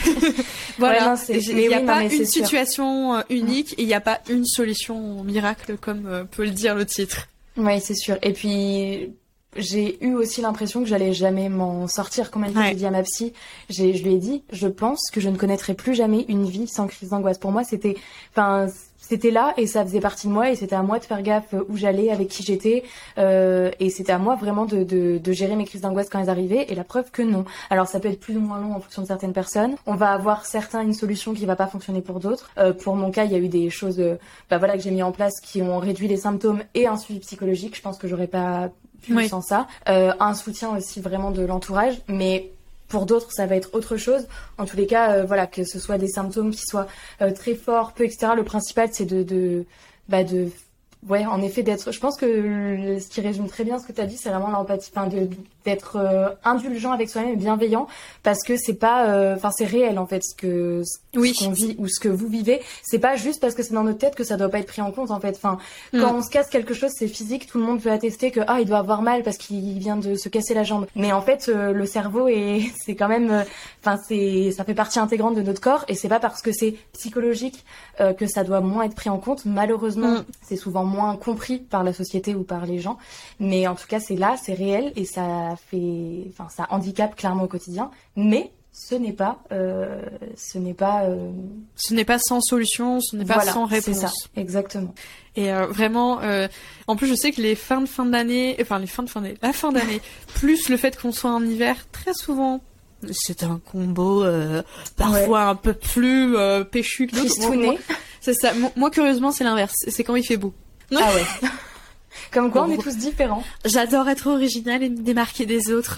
Voilà. Ouais, il n'y a oui, pas non, une situation sûr. unique et il n'y a pas une solution miracle, comme euh, peut le dire le titre. Oui, c'est sûr. Et puis, j'ai eu aussi l'impression que j'allais jamais m'en sortir. Comme elle dit, ouais. J'ai dit à ma psy, j'ai, je lui ai dit, je pense que je ne connaîtrai plus jamais une vie sans crise d'angoisse. Pour moi, c'était, enfin, c'était là et ça faisait partie de moi et c'était à moi de faire gaffe où j'allais, avec qui j'étais euh, et c'était à moi vraiment de, de, de gérer mes crises d'angoisse quand elles arrivaient et la preuve que non. Alors ça peut être plus ou moins long en fonction de certaines personnes. On va avoir certains une solution qui va pas fonctionner pour d'autres. Euh, pour mon cas, il y a eu des choses euh, bah voilà que j'ai mis en place qui ont réduit les symptômes et un suivi psychologique. Je pense que j'aurais pas pu oui. sans ça. Euh, un soutien aussi vraiment de l'entourage, mais pour d'autres, ça va être autre chose. En tous les cas, euh, voilà, que ce soit des symptômes qui soient euh, très forts, peu, et cetera. Le principal, c'est de, de, bah, de, ouais, en effet, d'être. Je pense que le, ce qui résume très bien ce que tu as dit, c'est vraiment l'empathie, enfin, de d'être euh, indulgent avec soi-même et bienveillant, parce que c'est pas, enfin, euh, c'est réel en fait ce que ce oui. qu'on vit ou ce que vous vivez. C'est pas juste parce que c'est dans notre tête que ça doit pas être pris en compte en fait. Enfin, mm. quand on se casse quelque chose, c'est physique. Tout le monde peut attester que ah, il doit avoir mal parce qu'il vient de se casser la jambe. Mais en fait, euh, le cerveau est, c'est quand même, enfin, euh, c'est, ça fait partie intégrante de notre corps et c'est pas parce que c'est psychologique euh, que ça doit moins être pris en compte. Malheureusement, mm. c'est souvent moins compris par la société ou par les gens. Mais en tout cas, c'est là, c'est réel et ça fait, enfin, ça handicape clairement au quotidien. Mais ce n'est pas, euh, ce n'est pas, euh... ce n'est pas sans solution, ce n'est pas voilà, sans réponse. C'est ça, exactement. Et euh, vraiment, euh, en plus, je sais que les fins de fin d'année, enfin les fins de fin d'année, la fin d'année, plus le fait qu'on soit en hiver, très souvent, c'est un combo euh, parfois ouais. un peu plus euh, péchu que d'autres. Moi, c'est ça. Moi, moi, curieusement, c'est l'inverse. C'est quand il fait beau. Ah ouais. Comme quoi, bon, on est tous différents. J'adore être originale et me démarquer des autres.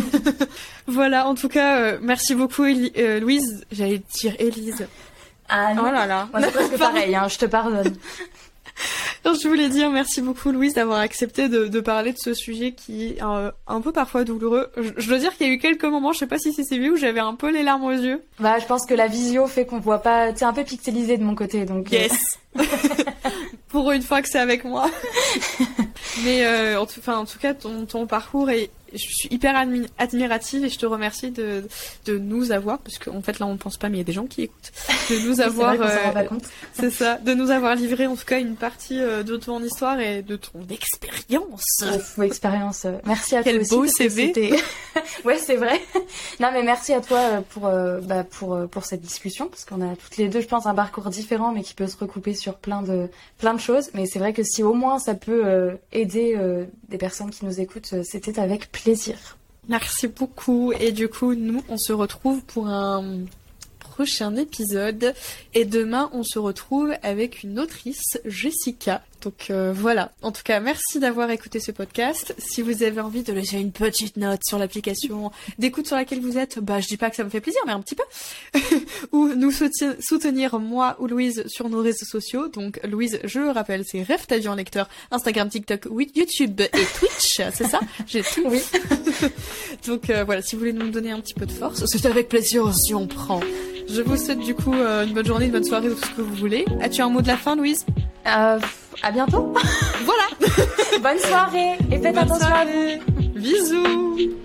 Voilà, en tout cas, euh, merci beaucoup, Eli- euh, Louise. J'allais dire Élise. Ah non. Oh là là. Moi, c'est presque pareil, hein, je te pardonne. Alors, je voulais dire merci beaucoup, Louise, d'avoir accepté de, de parler de ce sujet qui est euh, un peu parfois douloureux. Je, je dois dire qu'il y a eu quelques moments, je sais pas si c'est vu, où j'avais un peu les larmes aux yeux. Bah, je pense que la visio fait qu'on voit pas, c'est un peu pixelisé de mon côté, donc. Yes. Euh... Pour une fois que c'est avec moi. Mais euh, en, tout, en tout cas, ton, ton parcours est, je suis hyper admi- admirative et je te remercie de, de nous avoir, parce qu'en fait là on ne pense pas, mais il y a des gens qui écoutent, de nous avoir, c'est vrai qu'on s'en rend pas compte. C'est ça, de nous avoir livré en tout cas une partie euh, de ton histoire et de ton expérience. Ou expérience. Merci à toi Quel aussi. Quel beau C V. Ouais, c'est vrai. Non, mais merci à toi pour euh, bah, pour pour cette discussion, parce qu'on a toutes les deux, je pense, un parcours différent, mais qui peut se recouper sur plein de plein de choses. Mais c'est vrai que si au moins ça peut euh, aider euh, des personnes qui nous écoutent, euh, c'était avec plaisir. Merci beaucoup. Et du coup, nous, on se retrouve pour un prochain épisode. Et demain, on se retrouve avec une autrice, Jessica. Donc euh, voilà. En tout cas, merci d'avoir écouté ce podcast. Si vous avez envie de laisser une petite note sur l'application d'écoute sur laquelle vous êtes, bah je dis pas que ça me fait plaisir, mais un petit peu. Ou nous soutien- soutenir moi ou Louise sur nos réseaux sociaux. Donc Louise, je le rappelle, c'est Rêve ta vie en lecteur, Instagram, TikTok, YouTube et Twitch, c'est ça? J'ai tout. Oui. Donc euh, voilà, si vous voulez nous donner un petit peu de force, c'est avec plaisir aussi, on prend. Je vous souhaite du coup euh, une bonne journée, une bonne soirée ou tout ce que vous voulez. As-tu un mot de la fin, Louise? Euh, à bientôt. Voilà. Bonne soirée et faites bonne attention soirée. à vous. Bisous.